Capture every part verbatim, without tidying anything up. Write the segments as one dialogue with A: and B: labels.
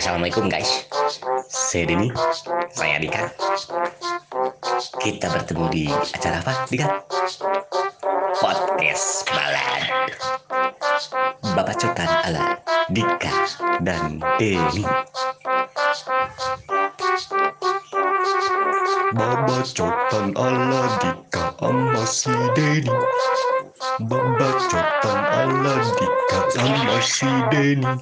A: Assalamualaikum guys, saya Denny, saya Dika. Kita bertemu di acara apa, Dika? Podcast Balad Babacotan ala Dika dan Denny. Babacotan ala Dika sama si Denny. Babacotan ala Dika sama si Denny.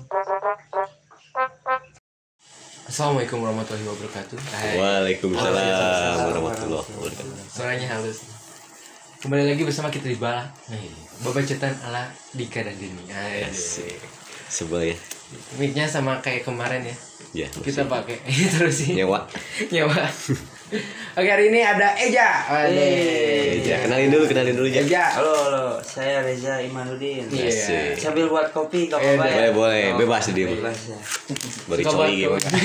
B: Assalamualaikum warahmatullahi wabarakatuh.
A: Waalaikumsalam warahmatullahi wabarakatuh.
B: Suaranya halus. Kembali lagi bersama kita di Balad Babacotan ala Dika dan Denny.
A: Asik. Sebel ya.
B: Mic-nya sama kayak kemarin ya.
A: Ya,
B: Kita pakai terus sih.
A: nyewa.
B: Nyewa. Oke, hari ini ada Eja.
A: Eh, Eja, kenalin dulu, kenalin dulu Eja.
B: Eja.
C: Halo, halo, saya Reza Imanuddin.
B: Iya.
A: Asik.
C: Sambil buat kopi, gak
B: Eh,
C: apa-apa ya?
A: Boleh, boleh,
C: Oh,
A: bebas dia.
C: bebas ya.
A: Beri
B: Suka
A: coli
B: buat
A: gimana?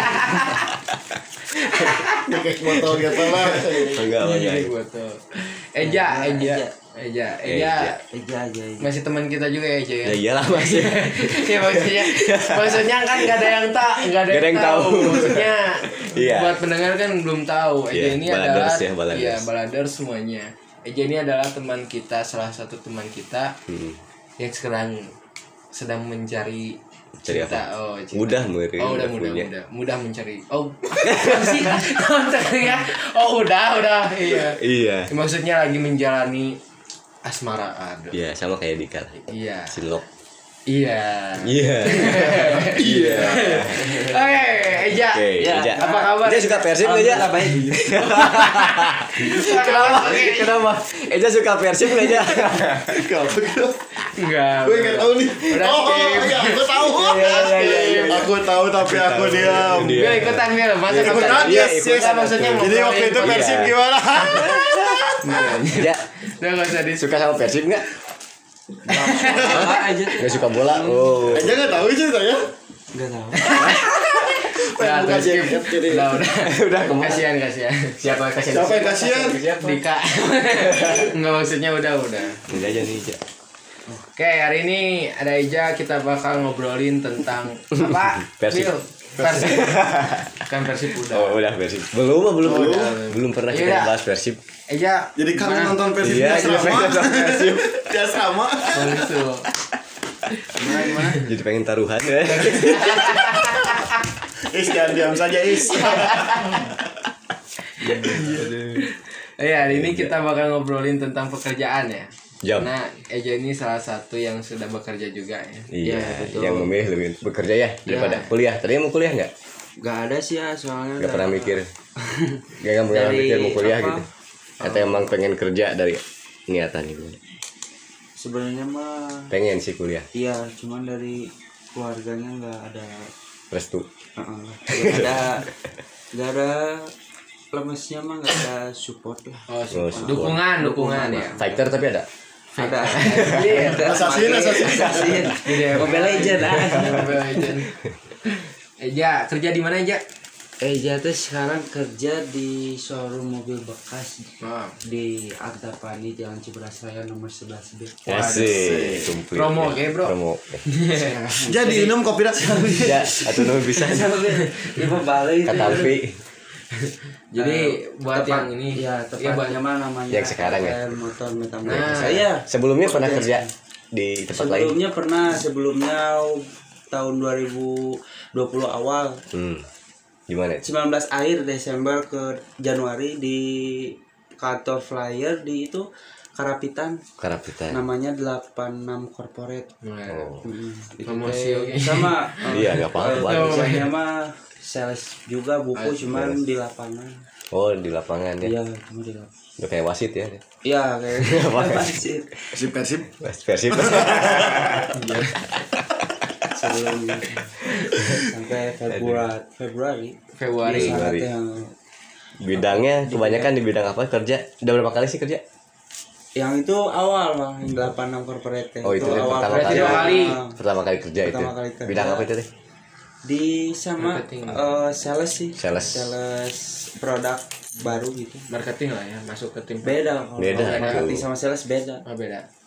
D: Kayak botol gitu lah.
A: Enggak, enggak.
B: Iya, gua tuh. Eja, Eja, Eja, Eja.
C: Eja aja ini.
B: Masih teman kita juga ya, Eja ya.
A: Ya iyalah Mas.
B: Ya maksudnya, maksudnya kan nggak ada yang tak, nggak ada
A: Nggak ada
B: yang
A: yang
B: tahu.
A: tahu.
B: Maksudnya
A: Iya.
B: buat pendengar kan belum tahu. Eja
A: Iya,
B: ini
A: baladers
B: adalah,
A: ya, baladers.
B: iya baladers semuanya. Eja ini adalah teman kita, salah satu teman kita
A: Hmm.
B: yang sekarang sedang mencari
A: Cari
B: cinta.
A: apa?
B: Oh, cinta.
A: Mudah meri.
B: Oh, udah mudah,
A: punya.
B: mudah, mudah mencari. Oh, apa sih? Maksudnya, oh udah, udah, iya.
A: Iya.
B: Maksudnya lagi menjalani asmaraan.
A: Iya, sama kayak Dika.
B: Iya.
A: Sinlok.
B: Iya.
A: Iya. Iya.
B: Oke, Eja.
A: Oke,
C: Ya,
A: Eja.
B: apa kabar?
A: Eja suka Persib enggak, Eja?
C: Alhamdulillah baik.
A: Kenapa? Kenapa? Eja suka Persib enggak, Eja?
B: Enggak.
D: Gue nggak tahu nih.
B: Udah
D: Oh
B: skip.
D: iya, aku tahu.
A: Iya, iya, iya, iya.
D: Aku tahu tapi aku diam.
A: Dia.
B: Gue ikutan Mil, masa
A: Iya,
B: ikutan?
D: ikutan,
B: Iya,
D: yes,
B: ikutan
D: yes.
B: maksudnya
D: Jadi waktu itu
B: ngobrolin.
D: Persib
A: Iya.
D: gimana?
A: Eja,
B: Udah enggak usah di
A: suka sama Persib enggak?
C: Apa aja tuh?
A: Enggak suka bola. Oh.
D: Aja nggak tahu ceritanya.
C: Enggak tahu.
B: Udah,
D: Bukan
B: terus skip.
D: skip, jadi.
B: Udah, udah.
A: Udah kemana?
B: Kasihan, kasihan.
A: Siapa yang kasihan?
D: Siapa yang kasihan?
B: Dika. Enggak maksudnya udah, udah.
A: Ini aja nih, Eja.
B: Oke, hari ini ada Eja, kita bakal ngobrolin tentang apa?
A: Persib.
B: Mil? Persib. Kan Persib udah.
A: Oh, udah Persib. Belum, ah, belum.
B: Oh,
A: belum.
B: udah.
A: Belum pernah
B: Iya,
A: kita
B: udah.
A: bahas Persib.
B: Eja.
D: Jadi kan
B: gimana?
D: nonton Persib
A: Iya,
D: dia sama.
A: jadi pengen Persib.
D: Dia sama.
B: Oh, gitu. Gimana, gimana?
A: Jadi pengen taruhan ya.
D: Is jangan diam saja Is.
B: Iya, hari ini kita bakal ngobrolin tentang pekerjaan ya.
A: Jam.
B: Nah, Eja ini salah satu yang sudah bekerja juga ya.
A: Iya,
C: betul.
A: yang memilih lebih bekerja ya daripada
B: Iya.
A: kuliah. Tadinya mau kuliah nggak?
C: Enggak ada sih ya, soalnya
A: Nggak pernah mikir. Nggak nggak pernah
C: Dari
A: mikir mau kuliah
C: apa?
A: gitu. Atau emang pengen kerja dari niatan gitu.
C: Sebenarnya mah
A: Pengen sih kuliah.
C: iya, cuman dari keluarganya enggak ada
A: Restu.
C: Heeh. Nggak ada nggak ada lemesnya mah, enggak ada support lah.
B: Oh,
A: Oh, support.
B: dukungan, dukungan ya.
A: Fighter tapi ada.
C: Ada.
B: Iya.
D: Assassin, assassin.
C: Assassin. Mobile Legend ah.
B: Mobile Legend. Eja, kerja di mana Eja?
C: Eja tuh sekarang kerja di showroom mobil bekas
B: Oh.
C: di Artapani Jalan Ciberas Raya nomor sebelas B.
A: Asik, komplit.
B: Promo,
A: ya.
B: oke, bro.
A: Promo.
D: Jadi minum kopi dah.
A: Ya, atau nomor bisa.
C: Ibu balik.
A: Katampi.
B: Jadi buat yang ini
C: ya
B: ya, buat
C: tepatnya mah namanya
A: Yang sekarang ya?
C: Air motor
B: Nah.
C: metamorfosa. Saya
A: Sebelumnya pernah kerja di tempat lain.
C: sebelumnya pernah sebelumnya tahun dua ribu dua puluh awal
A: Hmm. Gimana?
C: sembilan belas akhir Desember ke Januari di kantor flyer di itu Karapitan,
A: Karapitan.
C: namanya delapan puluh enam Corporate.
B: Nah,
A: Oh.
C: Hmm, itu
B: Promosi,
C: teh
B: oke.
C: sama
A: Iya, nggak apa-apa.
C: Saya mah sales juga buku,
B: Ah,
C: cuman
A: sales.
C: di lapangan.
A: Oh, di lapangan ya.
C: Iya, cuma di lapangan.
A: Udah kayak wasit ya.
C: Iya, kayak wasit.
D: Persib Persib.
A: Persib.
C: Sebelum sampai Februari Februari
B: Februari.
C: di saat
A: Februari.
C: yang
A: Bidangnya kebanyakan di bidang apa kerja? Udah berapa kali sih kerja?
C: yang itu awal bang, yang delapan puluh enam corporate.
A: Oh, itu yang
C: awal
A: pertama
B: Berarti
A: kali.
B: dua kali.
C: Ah,
A: Pertama kali kerja itu.
C: Pertama kali kerja.
A: Bidang apa itu teh?
C: di sama
B: Marketing.
C: eh, sales sih,
A: Sales.
C: sales produk baru gitu.
B: Marketing lah ya, masuk ke tim.
C: Beda kalau
A: Beda.
C: marketing sama sales beda.
B: Oh, beda.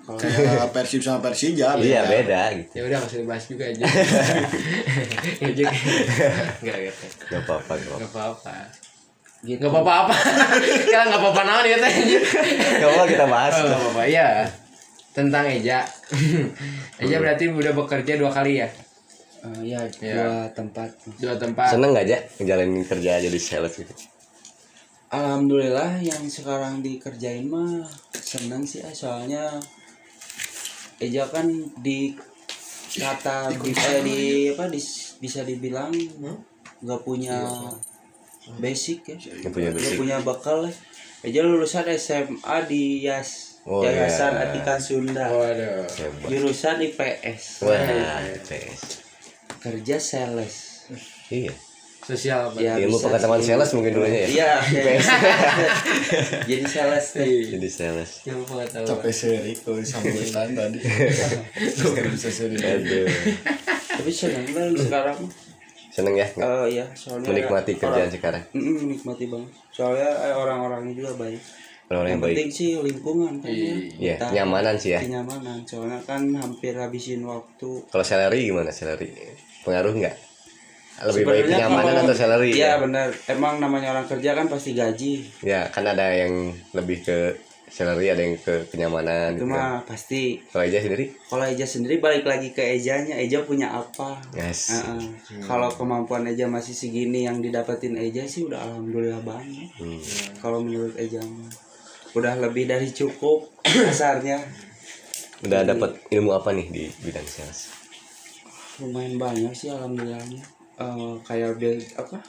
C: Kalau
D: Kayak Persib sama Persija
A: Iya beda gitu.
B: Ya udah nggak usah dibahas juga aja. Ngejek. Enggak gitu.
A: Gak apa-apa kok.
B: Enggak apa-apa.
C: gitu.
B: Enggak apa-apa apa. Kalau enggak apa-apa naon ya teh.
A: Gak apa kita bahas.
B: Oh, enggak apa-apa. Iya. Tentang Eja. Eja berarti udah bekerja dua kali ya?
C: Eh, ya
B: Ya.
C: dua tempat.
B: Dua tempat.
A: Seneng gak aja ngejalanin kerja jadi sales gitu?
C: Alhamdulillah yang sekarang dikerjain mah seneng sih ah, soalnya Eja kan di kata bisa di apa dis- bisa dibilang nggak punya basic ya,
A: Gak punya
C: nggak
A: basic.
C: punya bekal lah. Eja lulusan S M A di Yas
A: Oh,
C: Yayasan
A: iya.
C: Atika Sunda,
B: Waduh.
A: Hebat.
C: jurusan I P S,
A: Wah, P S.
C: kerja sales.
A: Iya.
B: Sosial apa?
C: Ya,
A: Ilmu
C: bisa
A: pengetahuan
C: sih.
A: sales mungkin dulunya ya.
C: Iya, kayak- jadi sales teh.
A: Jadi sales.
B: Ilmu pengetahuan.
D: Capek seri tuh sambutan tadi. Gak bisa seri.
A: Aduh.
C: Tapi seneng lah sekarang.
A: Seneng ya
C: Oh iya, soalnya
A: menikmati
C: ada
A: kerjaan
C: orang-
A: sekarang.
C: Mm-mm, menikmati banget. Soalnya eh, orang-orangnya juga baik.
A: Orang-orang yang
C: Yang
A: baik.
C: penting sih lingkungan kan. ya.
A: Iya,
C: Kita-
A: nyamanan sih ya.
C: Kenyamanan. Soalnya kan hampir habisin waktu.
A: Kalau salary gimana salary? Pengaruh nggak? Lebih baik
C: Sebenarnya
A: kenyamanan
C: kalau-
A: atau salary?
C: Iya benar. Emang namanya orang kerja kan pasti gaji.
A: Ya, kan ada yang lebih ke salary, ada yang ke kenyamanan
C: Itu
A: gitu. kan.
C: mah pasti.
A: Kalau aja sendiri?
C: Kalau Eja sendiri balik lagi ke Ejanya. Eja punya apa?
A: Yes.
C: Heeh. Kalau kemampuan Eja masih segini yang didapetin Eja sih udah alhamdulillah banget.
A: Hmm.
C: Kalau menurut Eja mah udah lebih dari cukup kasarnya.
A: Udah dapat ilmu apa nih di bidang sales?
C: Lumayan banyak sih alhamdulillahnya. Eh, kayak dia apa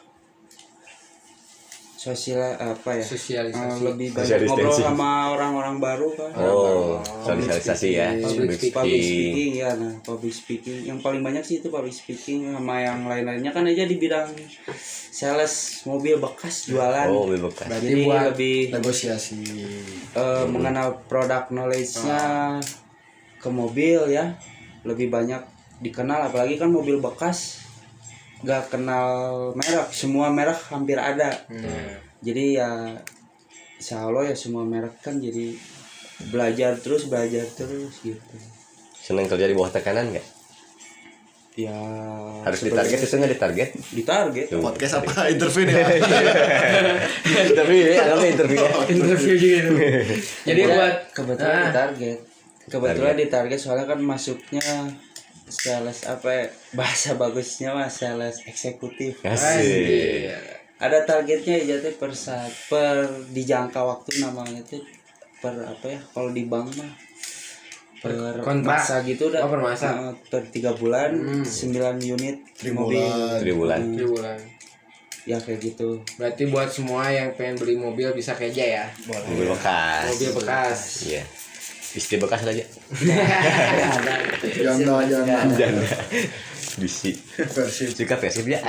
C: sosial apa ya
B: Sosialisasi.
C: Eh, lebih banyak
A: Social
C: ngobrol
A: distancing.
C: sama orang-orang baru kan.
A: Oh,
C: Public
A: sosialisasi ya,
C: speaking.
A: public
C: public, public
A: speaking.
C: speaking ya, nah public speaking yang paling banyak sih itu public speaking, sama yang lain-lainnya kan aja di bidang sales mobil bekas jualan.
A: Oh, mobil bekas.
B: Berarti
C: Jadi
B: buat
C: lebih
D: Negosiasi.
C: eh, mengenal produk knowledge-nya ke mobil ya, lebih banyak dikenal, apalagi kan mobil bekas gak kenal merek, semua merek hampir ada. Jadi ya insya Allah ya semua merek kan, jadi belajar terus belajar terus gitu
A: Seneng kerja di bawah tekanan nggak?
C: ya.
A: Harus ditarget itu nggak ditarget?
C: ditarget
A: Tuh.
D: Podcast apa? Interview nih.
A: Interview ya, anggapnya interview ya.
B: interview gitu. Jadi
C: Ya,
B: buat
C: kebetulan
B: Ah.
C: ditarget kebetulan ditarget soalnya kan masuknya sales apa ya, bahasa bagusnya mah sales eksekutif.
A: Asik.
C: Ada targetnya ya teh per saat per dijangka waktu namanya tuh per apa ya, kalau di bank mah per
B: kontrak.
C: masa gitu udah.
B: Oh, per masa.
C: Heeh, per tiga bulan
B: Hmm.
C: sembilan unit
D: Tribulan.
C: mobil.
A: Tribulan.
C: Hmm,
B: Tribulan.
C: ya kayak gitu.
B: Berarti buat semua yang pengen beli mobil bisa ke Eja ya.
A: Mobil bekas.
B: Mobil bekas.
A: Iya. Istri bekas aja.
D: Janda janda.
A: Janda. Bisi.
D: Persib.
A: Suka Persib ya.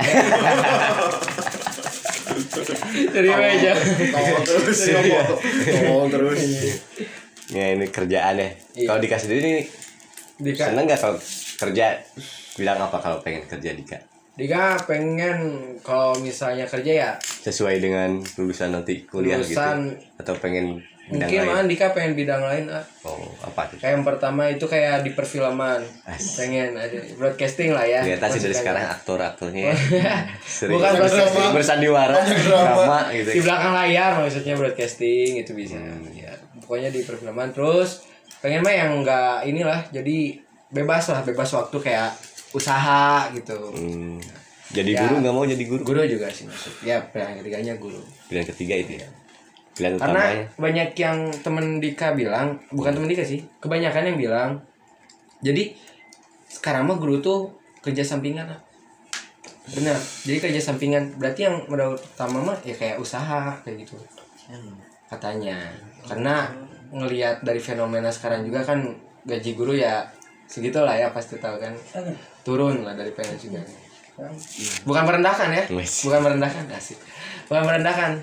B: Terima aja.
D: Tolong terus. Tolong terus.
A: Ya ini kerjaan ya.
B: Iya.
A: Kalau Dika sendiri nih,
B: Dika,
A: seneng nggak kalau kerja? Bilang apa kalau pengen kerja Dika?
B: Dika pengen kalau misalnya kerja ya
A: Sesuai dengan lulusan nanti kuliah
B: Lulusan-
A: gitu? Atau pengen bidang
B: mungkin
A: lain?
B: man Dika pengen bidang lain ah.
A: Oh, apa tuh?
B: Kayak yang pertama itu kayak di perfilman.
A: Asik.
B: Pengen ada broadcasting lah ya.
A: Kelihatan sih dari
B: Maksudnya.
A: sekarang aktor-aktornya ya. Sering
B: Bukan broadcasting.
A: bersandiwara, drama gitu.
B: Di belakang layar maksudnya broadcasting itu bisa. Ya, pokoknya di perfilman. Terus pengen mah yang enggak inilah, jadi bebas lah, bebas waktu kayak usaha gitu.
A: Hmm. Jadi
B: Ya.
A: guru nggak mau jadi guru?
B: Guru juga sih maksud. Ya, pilihan ketiganya guru.
A: Pilihan ketiga itu ya. Pilihan
B: Karena
A: utamanya.
B: banyak yang temen Dika bilang, bukan temen Dika sih, kebanyakan yang bilang, jadi sekarang mah guru tuh kerja sampingan lah. Bener, jadi kerja sampingan. Berarti yang modal utama mah ya kayak usaha kayak gitu katanya. Karena ngelihat dari fenomena sekarang juga kan gaji guru ya segitu lah ya, pasti tahu kan, turun lah dari P N S juga. Bukan merendahkan ya,
A: Wes.
B: bukan merendahkan, asik, bukan merendahkan.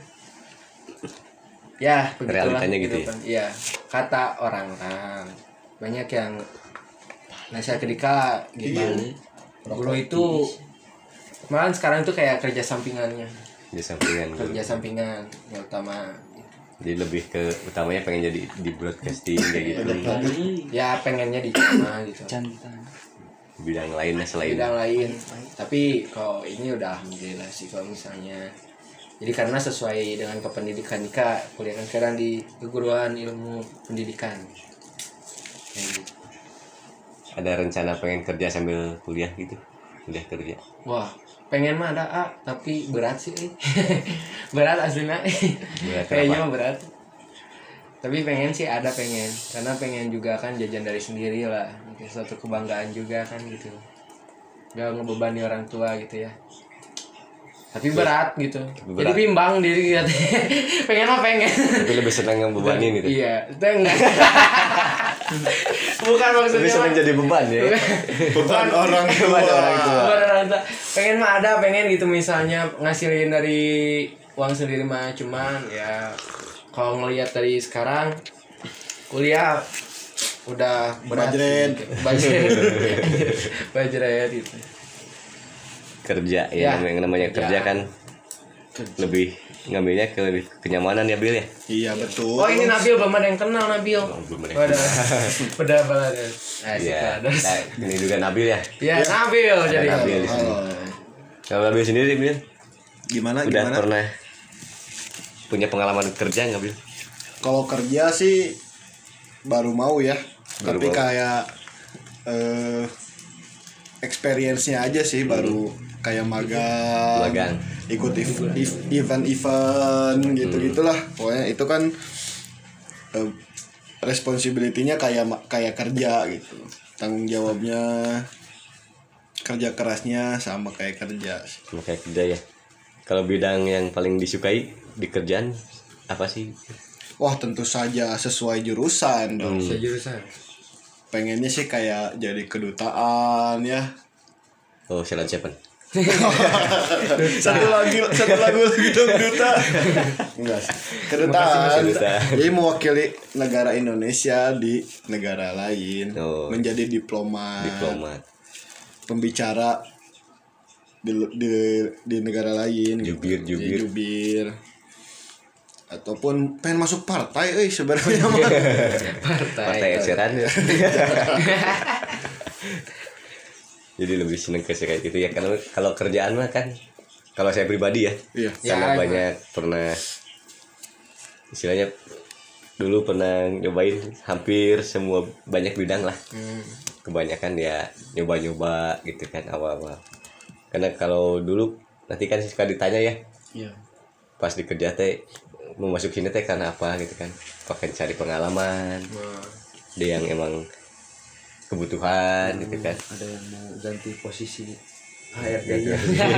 B: Ya, begitulah
A: Realitanya gitu ya?
B: kehidupan. Iya, kata orang-orang banyak yang nasihat ke Dika gitu. Guru itu malahan sekarang tuh kayak kerja sampingannya,
A: Di sampingan guru.
B: kerja sampingan yang utama.
A: Jadi lebih ke utamanya pengen jadi di broadcasting kayak gitu.
B: Ya pengennya di sana gitu.
A: Bidang lainnya selain
B: Bidang lain. Tapi kalau ini udah alhamdulillah sih kalau misalnya. Jadi karena sesuai dengan kependidikan Nika, kuliah kan sekarang di keguruan ilmu pendidikan. Kayak gitu.
A: ada rencana pengen kerja sambil kuliah gitu. Kuliah kerja.
B: Wah, pengen mah ada A, tapi berat sih. eh. Berat aslinya.
A: Berat
B: Kayaknya
A: kenapa?
B: mah berat. Tapi pengen sih ada pengen, karena pengen juga kan jajan dari sendiri lah. Mungkin suatu kebanggaan juga kan gitu. Gak ngebebani orang tua gitu ya. Tapi berat gitu.
A: berat.
B: Jadi bimbang diri gitu. Pengen mah pengen.
A: Tapi lebih senang yang bebanin gitu.
B: Iya, itu enggak. Bukan maksudnya.
A: Lebih senang
B: mah-
A: jadi beban ya.
D: Beban orang tua.
A: Beban orang tua.
B: Bukan orang tua. Pengen mah ada, pengen gitu misalnya ngasilin dari uang sendiri mah cuman ya kalau ngelihat dari sekarang kuliah udah berat.
D: Bajret.
B: Gitu. Bajret. Bajret gitu.
A: Kerja
B: Ya.
A: ya, yang namanya kerja
B: Ya.
A: kan lebih ngambilnya ke lebih kenyamanan ya Bil ya.
D: Iya betul.
B: Oh ini Nabil, belum ada yang kenal Nabil.
A: Oh, belum ada yang
B: Waduh. Udah banget. Asik
A: Iya.
B: lah.
A: Nah, ini juga Nabil ya.
B: Ya Nabil jadi.
A: Nabil di sini.
D: Halo.
A: Kalau Nabil sendiri Bil,
D: Gimana
A: udah
D: gimana?
A: pernah punya pengalaman kerja nggak Bil?
D: Kalau kerja sih baru mau ya.
A: Baru
D: Tapi
A: mau.
D: kayak eh experience-nya aja sih baru kayak magang.
A: Magang.
D: Ikut ev- ev- event-event gitu-gitulah. Pokoknya itu kan eh, responsibility-nya kayak ma- kayak kerja gitu. Tanggung jawabnya, kerja kerasnya sama kayak kerja.
A: Sama kayak kerja ya. Kalau bidang yang paling disukai di kerjaan apa sih?
D: Wah, tentu saja sesuai jurusan dong.
B: Sejurusan.
D: Pengennya sih kayak jadi kedutaan ya.
A: Oh, Sheila Seven.
D: Satu lagi satu lagu lagi dong duta. Enggak sih. Kedutaan.
A: Kedutaan.
D: Jadi mewakili negara Indonesia di negara lain.
A: Oh.
D: Menjadi diplomat.
A: Diplomat.
D: Pembicara di, di, di negara lain.
A: Jubir,
D: gitu.
A: jubir.
D: Jadi jubir. Ataupun pengen masuk partai euy sebenarnya mah.
A: Partai eceran ya. Jadi lebih seneng ke kayak gitu ya, karena kalau kerjaan mah kan, kalau saya pribadi ya,
D: Iya.
A: karena
B: Ya,
A: banyak pernah istilahnya dulu pernah nyobain hampir semua banyak bidang lah.
B: Hmm.
A: Kebanyakan ya nyoba-nyoba gitu kan awal-awal. Karena kalau dulu nanti kan suka ditanya ya,
C: Iya.
A: pas di kerja teh mau masuk sini teh karena apa gitu kan, pakai cari pengalaman,
B: Nah,
A: dia yang emang kebutuhan gitu kan.
C: Ada yang mau ganti posisi
B: H R D-nya.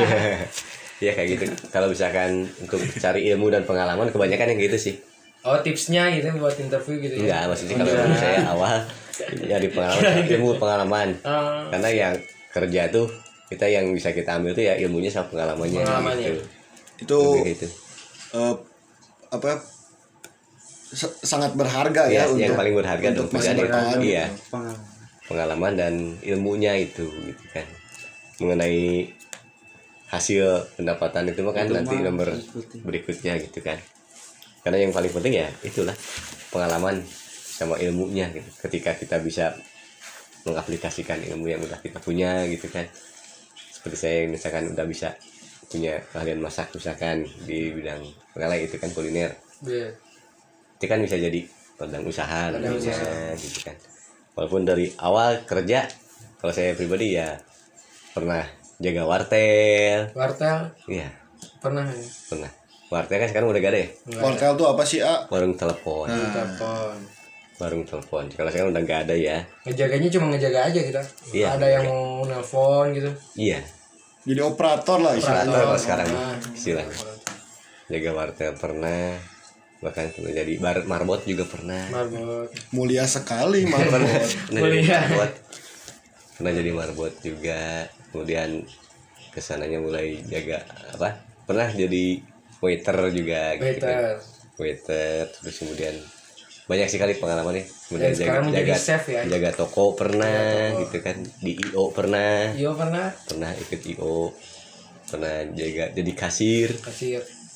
A: Iya kayak gitu. Kalau misalkan untuk cari ilmu dan pengalaman kebanyakan yang gitu sih.
B: Oh tipsnya gitu buat interview gitu ya?
A: Enggak, maksudnya kalau menurut saya awal nyari pengalaman, ilmu pengalaman.
B: Ah.
A: Karena yang kerja tuh kita yang bisa kita ambil tuh ya ilmunya sama pengalamannya.
B: Pengalamannya.
A: Gitu.
D: Itu
A: Lebih gitu.
D: eh, apa sa- sangat berharga ya,
A: Iya,
D: untuk
A: yang paling berharga
D: untuk
A: dalam kerjaan
D: masa
A: itu.
D: depan.
A: Iya,
C: pengalaman.
A: pengalaman dan ilmunya itu gitu kan. Mengenai hasil pendapatan itu mah kan
C: Itu
A: nanti
C: mah
A: nomor
C: ikuti.
A: berikutnya gitu kan. Karena yang paling penting ya itulah pengalaman sama ilmunya gitu. Ketika kita bisa mengaplikasikan ilmu yang udah kita punya gitu kan. Seperti saya misalkan udah bisa punya keahlian masak misalkan di bidang pengalai itu kan kuliner.
B: Iya.
A: Itu kan bisa jadi ladang usaha
B: Ladang
A: namanya
B: usaha.
A: gitu kan. Walaupun dari awal kerja kalau saya pribadi ya pernah jaga wartel.
B: Wartel
A: Iya,
B: pernah ya?
A: pernah. Wartel kan sekarang udah gak ada ya?
D: Wartel tuh apa sih, A?
A: Warung telepon.
D: Nah.
B: Telepon.
A: Warung telepon. Kalau sekarang udah gak ada ya.
B: Ngejaganya cuma ngejaga aja kita.
A: Iya.
B: Ada yang mau nelpon gitu.
A: Iya,
D: Jadi operator lah istilahnya.
A: operator kalau sekarang
B: Ah.
A: istilahnya. Jaga wartel pernah. Bahkan pernah jadi bar marbot juga pernah.
B: Marbot.
D: Mulia sekali marbot.
A: Pernah jadi
B: Mulia.
A: marbot. Pernah jadi marbot juga. Kemudian kesananya mulai jaga apa? Pernah jadi waiter juga gitu kan.
B: Waiter.
A: Waiter terus kemudian banyak sekali pengalamannya. Kemudian
B: Dan sekarang
A: jaga
B: menjadi
A: jaga,
B: chef ya.
A: jaga toko pernah
B: Jaga toko.
A: gitu kan. Di I O pernah.
B: Iya pernah
A: Pernah ikut I O. Pernah jaga jadi kasir.
B: kasir.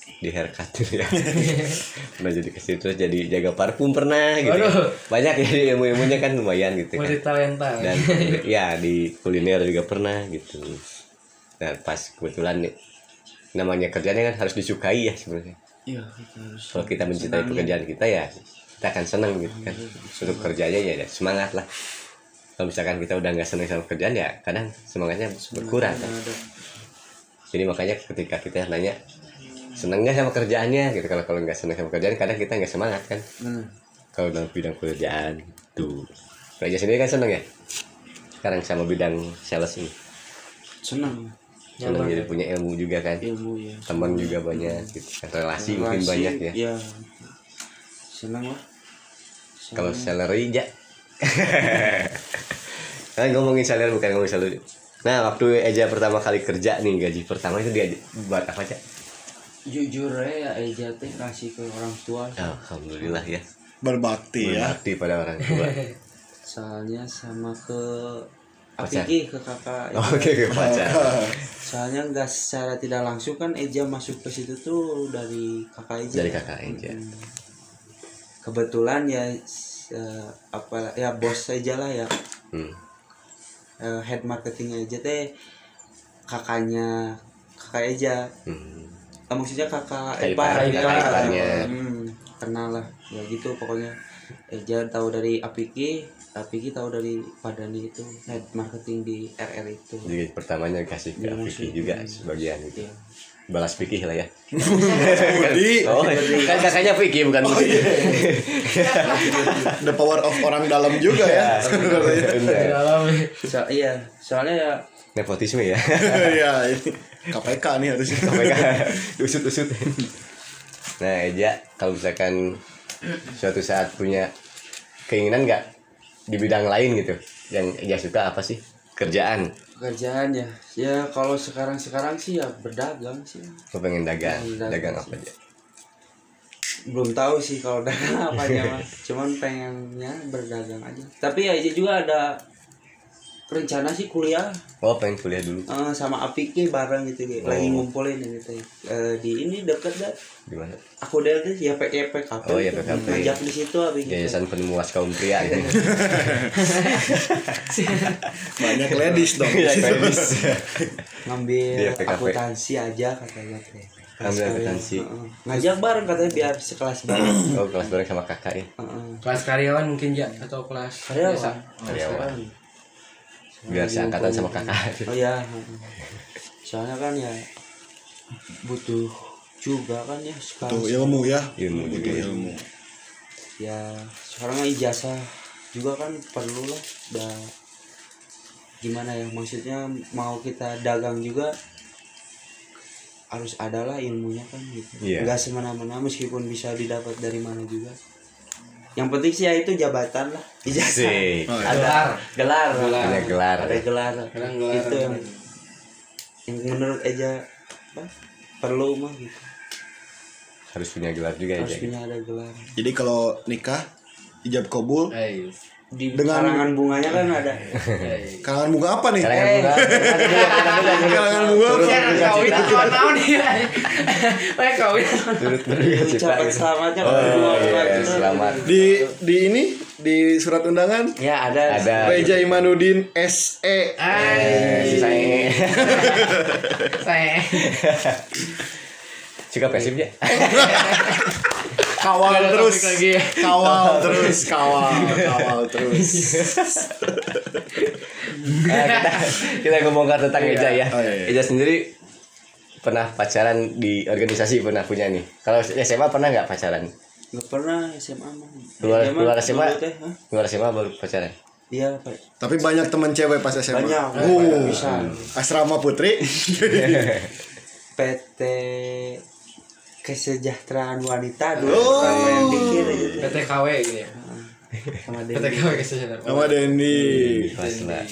A: di haircut ya. Pernah jadi kasir, terus jadi jaga parfum pernah gitu.
B: Waduh.
A: Banyak ya ilmu-ilmunya kan lumayan gitu kan.
B: Multi talenta.
A: Dan ya di kuliner juga pernah gitu. Nah pas kebetulan nih, namanya kerjanya kan harus disukai ya sebenarnya.
C: Iya, kita harus.
A: Kalau kita mencintai
C: senang,
A: pekerjaan kita ya kita akan senang gitu kan. Untuk kerjanya ya, ya semangat lah. Kalau misalkan kita udah nggak senang sama kerjaan ya kadang semangatnya berkurang kan.
C: Ada.
A: Jadi makanya ketika kita nanya seneng nggak sama kerjaannya gitu, kalau kalau nggak seneng sama kerjaan kadang kita nggak semangat kan.
C: Benar.
A: Kalau dalam bidang pekerjaan gitu. Kerja sendiri kan seneng ya sekarang sama bidang sales ini,
C: Senang.
A: seneng jadi punya ilmu juga kan,
C: Ilmu ya.
A: teman juga banyak gitu kan, relasi mungkin
C: Relasi,
A: banyak ya.
C: Iya. Senang lah.
A: Kalau salary ya kan ngomongin salary bukan ngomongin salary. Nah waktu Eja pertama kali kerja nih, gaji pertama itu dia buat apa aja?
C: Jujur ya Eja teh kasih ke orang tua.
A: Alhamdulillah ya,
D: Berbakti ya.
A: berbakti pada orang tua.
C: Soalnya sama ke
A: Pacar.
C: Apiki ke kakak.
A: Oke ke pacar.
C: Soalnya nggak secara tidak langsung kan Eja masuk ke situ tuh dari kakak Eja.
A: Dari kakak Eja.
C: Hmm. Kebetulan ya eh, apa ya bos Eja lah ya.
A: Hmm.
C: Eh, head marketing Eja teh kakaknya kakak Eja.
A: Hmm.
C: Eh, maksudnya kakak
A: Kakak
C: ipar,
A: ipar,
C: ipar.
A: kakak iparnya.
C: Hmm, kenal lah ya gitu pokoknya. Eja tahu dari Apiki, Apiki tahu dari Padani itu head marketing di R R itu.
A: Jadi pertamanya dikasih ke
C: Iya,
A: Vicky
C: maksudnya.
A: juga sebagian gitu.
C: Iya.
A: Balas Vicky lah ya.
D: Budi,
A: Oh, kan kakaknya Vicky bukan Budi.
D: the power of orang dalam juga ya sebenarnya.
A: Bener.
B: Dalam.
C: So, iya, soalnya ya
A: Nepotisme ya.
D: Ya ini K P K nih harusnya.
A: Sampai kan usut-usut. Nah, Eja kalau misalkan suatu saat punya keinginan nggak di bidang lain gitu, yang Eja suka apa sih? Kerjaan.
C: pekerjaan ya. Ya kalau sekarang-sekarang sih ya berdagang sih.
A: Gue pengen dagang.
C: Dagang.
A: Dagang apa aja?
C: Belum tahu sih kalau dagang apa aja mah. Cuman pengennya berdagang aja. Tapi ya Eja juga ada rencana sih kuliah.
A: Oh, pengen kuliah dulu.
C: Eh, sama Apiki bareng gitu gitu. Lagi
A: Oh.
C: ngumpulin ini teh. Eh, di ini deket dah.
A: Di mana?
C: Aku dari tuh ya P K P K P.
A: Oh, Y P K P.
C: Ngajak di situ Apiki.
A: Yayasan Pemuas Kaum Pria gitu.
D: Banyak ladies dong.
A: Iya, ladies.
C: Ngambil
A: Di Y P K P.
C: akuntansi aja katanya teh.
A: Ambil akuntansi.
C: Heeh. Ngajak bareng katanya biar sekelas bareng.
A: Oh, kelas bareng sama kakak ya.
C: Heeh.
B: Kelas karyawan mungkin ya atau kelas
C: Karyawan.
B: biasa?
A: Karyawan. Biar seangkatan sama kakak.
C: Oh ya. heeh. Soalnya kan ya butuh juga kan ya sekarang.
D: Tuh ilmu ya.
A: Ilmu juga
D: Butuh
A: ya.
D: ilmu.
C: Ya sekarang kan ijazah juga kan perlu lah. Udah gimana ya maksudnya mau kita dagang juga harus ada lah ilmunya kan gitu.
A: Iya.
C: Nggak semena-mena meskipun bisa didapat dari mana juga. Yang penting sih ya itu jabatan lah. Ijazah.
A: Sih.
D: Oh,
C: Ada gelar.
B: Gelar.
A: Ada gelar.
C: Ada gelar.
B: Kadang gelar.
C: Itu yang yang menurut Eja apa? Perlu mah gitu.
A: Harus punya gelar juga
C: Harus
A: ya.
C: punya ada gelar.
D: Jadi kalau nikah ijab kabul,
B: Eh,
C: Di
D: Dengan-
C: karangan bunganya kan ada.
B: eh.
D: kalangan bunga apa nih?
A: Karangan
C: Eh.
A: bunga.
D: Kalangan bunga apa?
B: Kawin cuma tahun dia. Eh kawin.
A: Turut berduka cita.
C: Ucapan selamatnya
A: Oh,
C: kedua
A: iya,
C: orang.
A: selamat.
D: Di di ini di surat undangan
C: Ya ada.
A: Ada.
D: Reja Imanuddin S E.
A: Eh, saya
B: Saya.
A: suka pasif ya.
D: Kawal
B: Nggak ada
D: terus.
B: topik lagi ya.
D: Kawal terus, kawal, kawal terus.
A: Nah, kita kita ngomongkan tentang Eja ya.
D: Oh, iya, iya.
A: Eja sendiri pernah pacaran di organisasi pernah punya nih. Kalau S M A pernah nggak pacaran?
C: Gak pernah S M A mah.
A: Keluar
C: S M A
A: keluar S M A.
C: dulu teh, hah?
A: Keluar S M A baru pacaran.
C: Iya, Pak.
D: Tapi banyak teman cewek pas S M A.
C: Banyak.
D: Uh,
C: Bisa.
D: Asrama Putri.
C: P T Kesejahteraan Wanita dulu.
D: Oh.
C: Main pikir aja
B: P
C: tuh.
B: T K W gitu ya.
C: Sama
B: P T
C: Dewi.
B: K W kesejahteraan.
D: Sama Dendi.
A: Pas lah.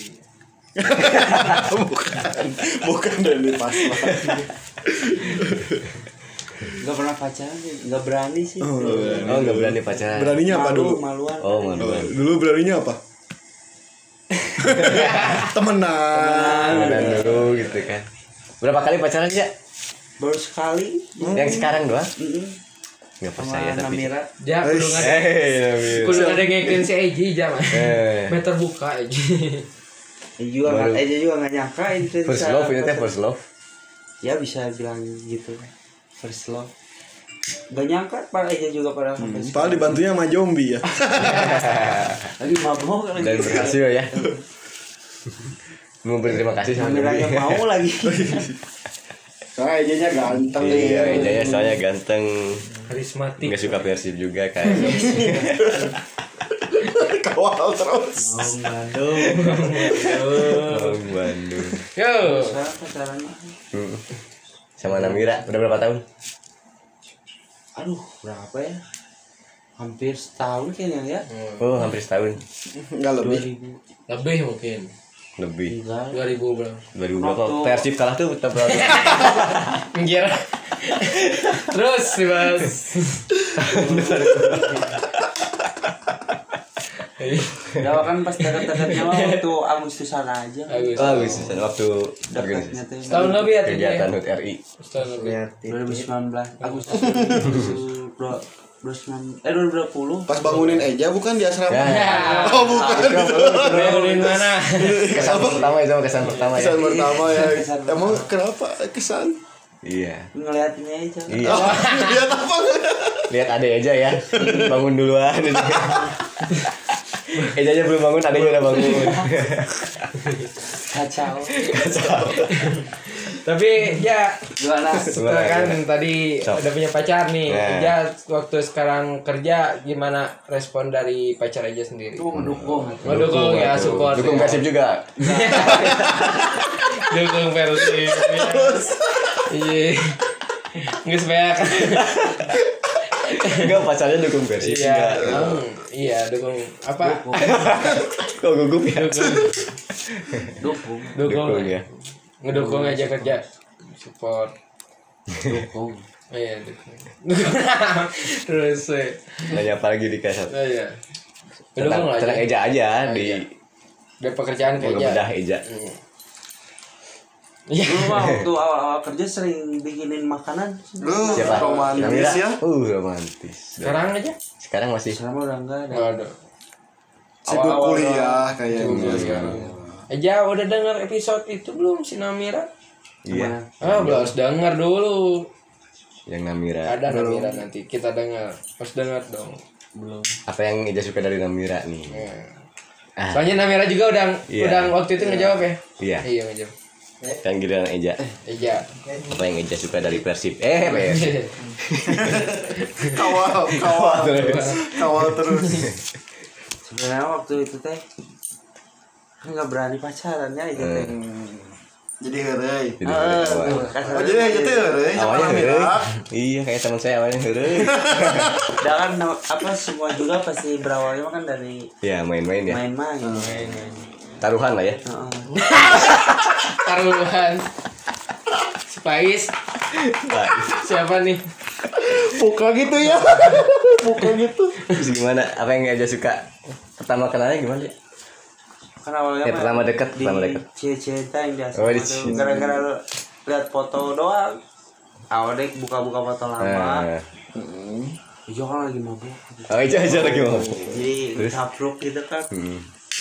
D: bukan, bukan Dendi Pasla.
C: Gak pernah pacaran sih, gak berani sih.
D: Oh, nggak berani.
A: Oh nggak berani pacaran.
D: Beraninya apa
C: Malu,
D: dulu?
C: maluan.
A: Oh
D: Oh,
A: maluan.
D: dulu beraninya apa? Temenan.
A: Temenan dulu gitu kan. Berapa kali pacaran sih ya?
C: baru sekali.
A: Yang sekarang doang?
C: Mm-mm.
A: Nggak
C: Sama
A: percaya tapi.
C: Namira.
B: Ja kudu ngade.
A: Eh, Namira.
B: Kudu ngadengekeun si Eji ja mah.
A: Eh.
B: Meter buka Eji.
C: Ya juga
A: Baru.
C: nggak aja juga nggak nyangka itu
A: First
C: bisa-
A: love ini teh first love.
C: Ya bisa bilang gitu. First love. Gak nyangka Pak Eja juga pada sampai
D: Padahal dibantunya sama zombie ya.
C: lagi mabok lagi.
A: Dan berhasil ya. Mau berterima kasih sama
C: Namiranya
A: Nabi.
C: mau lagi.
D: Soalnya Ejanya ganteng
A: Iya,
D: ya.
A: Ejanya soalnya ganteng.
B: Karismatik.
A: Nggak suka Persib juga kan.
D: Kawal terus.
C: Mau Bandung.
A: Oh, Bandung.
B: Yo.
C: Saya pacarannya.
A: Hmm. Sama Namira udah berapa tahun?
C: Aduh, berapa ya? Hampir setahun kayaknya ya.
A: Oh, hampir setahun.
D: Enggak
C: dua
D: lebih.
C: ribu
B: Lebih mungkin.
A: Lebih.
C: tiga.
B: dua ribu berapa?
A: dua ribu berapa?
C: Waktu-
A: Persib kalah tuh kita berapa?
B: Anjir. Terus dibahas.
C: Ya kan pas dekat-dekatnya mah waktu Agustusan aja.
B: Bagus.
A: Oh, Agustus waktu
C: Dekatnya
A: organisasi
C: tuh.
B: Setahun lebih ya
A: kegiatan H U T R I.
B: Setahun lebih.
C: dua ribu sembilan belas Agustus dua ribu sembilan belas eh dua ribu dua puluh.
D: Pas bangunin Eja bukan di asrama.
A: Ya.
D: Oh bukan.
B: Bangunin mana?
A: Kesan pertama itu kesan pertama ya.
D: Kesan pertama ya.
C: Kesan
D: Emang kenapa kesan?
A: Iya.
C: Ngeliatnya aja.
A: Iya.
D: Lihat apa?
A: Lihat ade aja ya. Bangun duluan. Eja aja belum bangun, adanya udah bangun.
C: Kacau.
B: Tapi ya
C: Gimana?
B: setelah kan tadi
A: Sok.
B: udah punya pacar nih.
A: Nah.
B: Eja waktu sekarang kerja gimana respon dari pacar Eja sendiri?
C: Itu mendukung.
B: Mendukung ya,
A: Aduh.
B: support.
A: Dukung
B: ya.
A: Persib juga.
B: Dukung Persib. Iya. Nggak sebanyak.
A: Enggak, pacarnya dukung Persib
B: Iya,
A: juga.
B: hmm, iya dukung apa?
A: Kok gugup ya?
B: Dukung,
C: Dukung.
B: dukung,
A: Dukung ya.
B: ngedukung aja kerja, support.
C: Dukung.
B: Oh, iya dukung. Terus, eh,
A: Nanya apa lagi di kasar?
B: oh, iya.
A: Tentang,
B: Dukung lah
A: tentang
B: aja.
A: Eja aja
B: Oh,
A: di
B: iya. Dari pekerjaan
A: mau
B: kerja.
A: ngebedah Eja.
B: Hmm. Iya.
C: Dulu mah waktu awal-awal kerja sering bikinin makanan.
D: Lu
A: Siapa?
D: romantis
A: Namira?
D: ya.
A: Uh, romantis.
B: Sekarang aja.
A: Sekarang masih.
C: Sekarang udah enggak ada.
B: Waduh.
D: Sibuk
B: Awal-awal
D: kuliah
B: doang.
D: kayaknya
B: Sibuk kuliah.
D: sekarang.
B: Eja udah dengar episode itu belum si Namira?
A: Iya.
B: Ah, belum harus dengar dulu.
A: Yang Namira.
B: Ada Namira nanti kita dengar. Harus dengar dong.
C: Belum.
A: Apa yang Eja suka dari Namira nih?
B: Ya.
A: Ah.
B: Soalnya Namira juga udah
A: Iya.
B: udah waktu itu ngejawab ya.
A: Iya.
B: Iya ngejawab.
A: Yang giliran Eja.
B: Eja.
A: Apa yang Eja suka dari Persib? Eh, Persib.
D: Kawal, kawal terus. Kawal terus.
C: Sebenarnya waktu itu teh kan nggak berani pacaran ya itu teh.
D: Jadi heureuy.
A: Jadi
C: Ah,
A: awal-
C: kasar
D: Oh, jadi aja teh heureuy sama
A: awalnya
D: Namira.
A: heureuy. Iya, kayak teman saya awalnya heureuy.
C: Udah kan apa semua juga pasti berawalnya kan dari
A: Ya, main-main ya.
C: main-main.
A: Taruhan lah ya.
C: Heeh.
B: Taruhan. Spice. Siapa nih?
D: Buka gitu ya. Buka gitu.
A: Terus gimana? Apa yang Eja suka? Pertama kenalnya gimana ya?
C: Kan awalnya
A: Ya,
C: mah
A: pertama deket,
C: di
A: pertama deket.
C: cinta yang biasa
A: Oh, di
C: tuh.
A: cinta.
C: Gara-gara lihat foto doang. Awalnya buka-buka foto lama.
A: Nah.
C: Ijo kan lagi mabuk.
A: Oh, Eja aja lagi mau.
C: Jadi
A: Terus?
C: capruk gitu kan.
A: Hmm.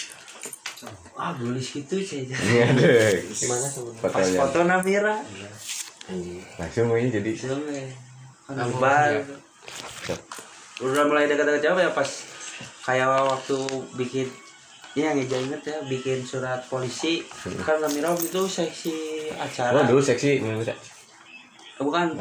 C: Ah, gelis gitu sih.
A: Aduh.
B: Gimana sebenarnya?
C: Pas
A: Fotonya.
C: foto Namira.
A: Langsung ini jadi
C: Sungai. Kan
B: Kamu,
C: lebar.
B: ya.
C: Udah mulai dekat-dekat jauh ya pas kayak waktu bikin ini yang Eja inget ya bikin surat polisi kan Namira waktu itu seksi acara.
A: Oh, dulu seksi menurut saya.
C: Bukan.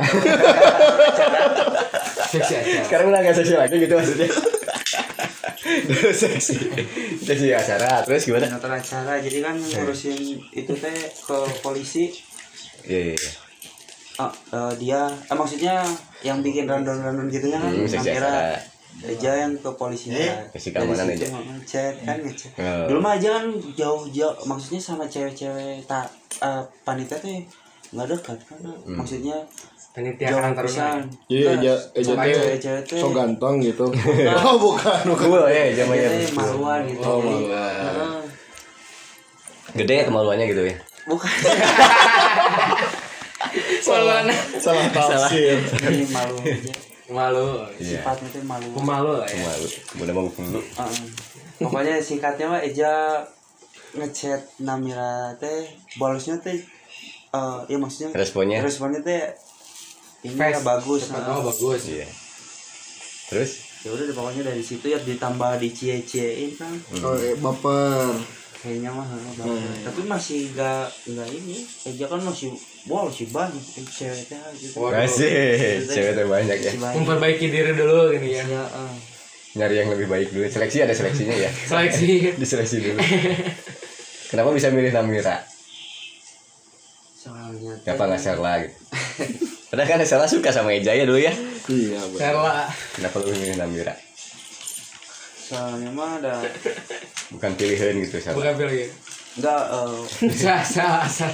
B: Seksi aja.
A: Sekarang udah gak seksi lagi gitu maksudnya. Dulu seksi. Seksi acara. Terus gimana?
C: Nonton acara jadi kan ngurusin itu teh ke polisi.
A: Iya, iya, iya.
C: Oh, eh, dia eh, maksudnya yang bikin random-random gitunya kan
A: Hmm, seksi
C: Namira.
A: acara.
C: Eja yang ke polisinya.
A: Kasih keamanan
C: Dari
A: aja.
C: situ ngechat kan ngechat.
A: Oh.
C: Dulu mah aja kan jauh-jauh maksudnya sama cewek-cewek tak eh, panitia tuh nggak dekat kan. Maksudnya
B: Panitia
C: jauh
B: Karang Taruna.
C: pisan.
D: Iya, Eja Eja
C: Sama
D: teh
C: cewek-cewek teh.
D: so ganteng gitu. Oh, bukan, bukan.
A: Gue ya,
C: Eja
A: zamannya.
C: teh maluan gitu.
D: Oh,
C: Jadi,
D: maluan.
C: heeh.
A: Gede ya kemaluannya gitu ya.
C: Bukan.
D: salah salah tafsir.
C: Ini malu aja.
B: Malu.
A: Iya.
C: Sifatnya tuh malu.
B: Pemalu lah ya.
A: Malu. Udah mau dulu.
C: Heeh. Pokoknya singkatnya mah Eja ngechat Namira teh balesnya teh eh ya maksudnya
A: Responnya?
C: responnya teh ini
B: Fast.
C: ya bagus.
B: Cepat.
C: Heeh.
B: Oh bagus.
A: Iya. Terus?
C: Ya udah deh, pokoknya dari situ ya ditambah dicie-ciein kan.
D: Oh, eh, baper.
C: Kayaknya mah heeh, bagus. Tapi masih gak enggak ini. Eja kan masih wow masih banyak eh, cewek teh gitu.
B: Waduh.
A: Masih. Cewek tuh banyak ya.
C: Masih banyak.
B: Memperbaiki diri dulu gini ya.
C: Ya, eh.
A: Nyari yang lebih baik dulu. Seleksi ada seleksinya ya.
B: Seleksi.
A: Diseleksi dulu. Kenapa bisa milih Namira?
C: Soalnya teh-
A: Kenapa nggak Serla gitu? Padahal kan Serla suka sama Eja ya dulu ya.
D: Iya, bener.
B: Serla.
A: Kenapa lu milih Namira?
C: soalnya mah ada
A: Bukan pilihan gitu Serla.
B: Bukan pilih.
C: enggak eh,
B: Sah sah sah.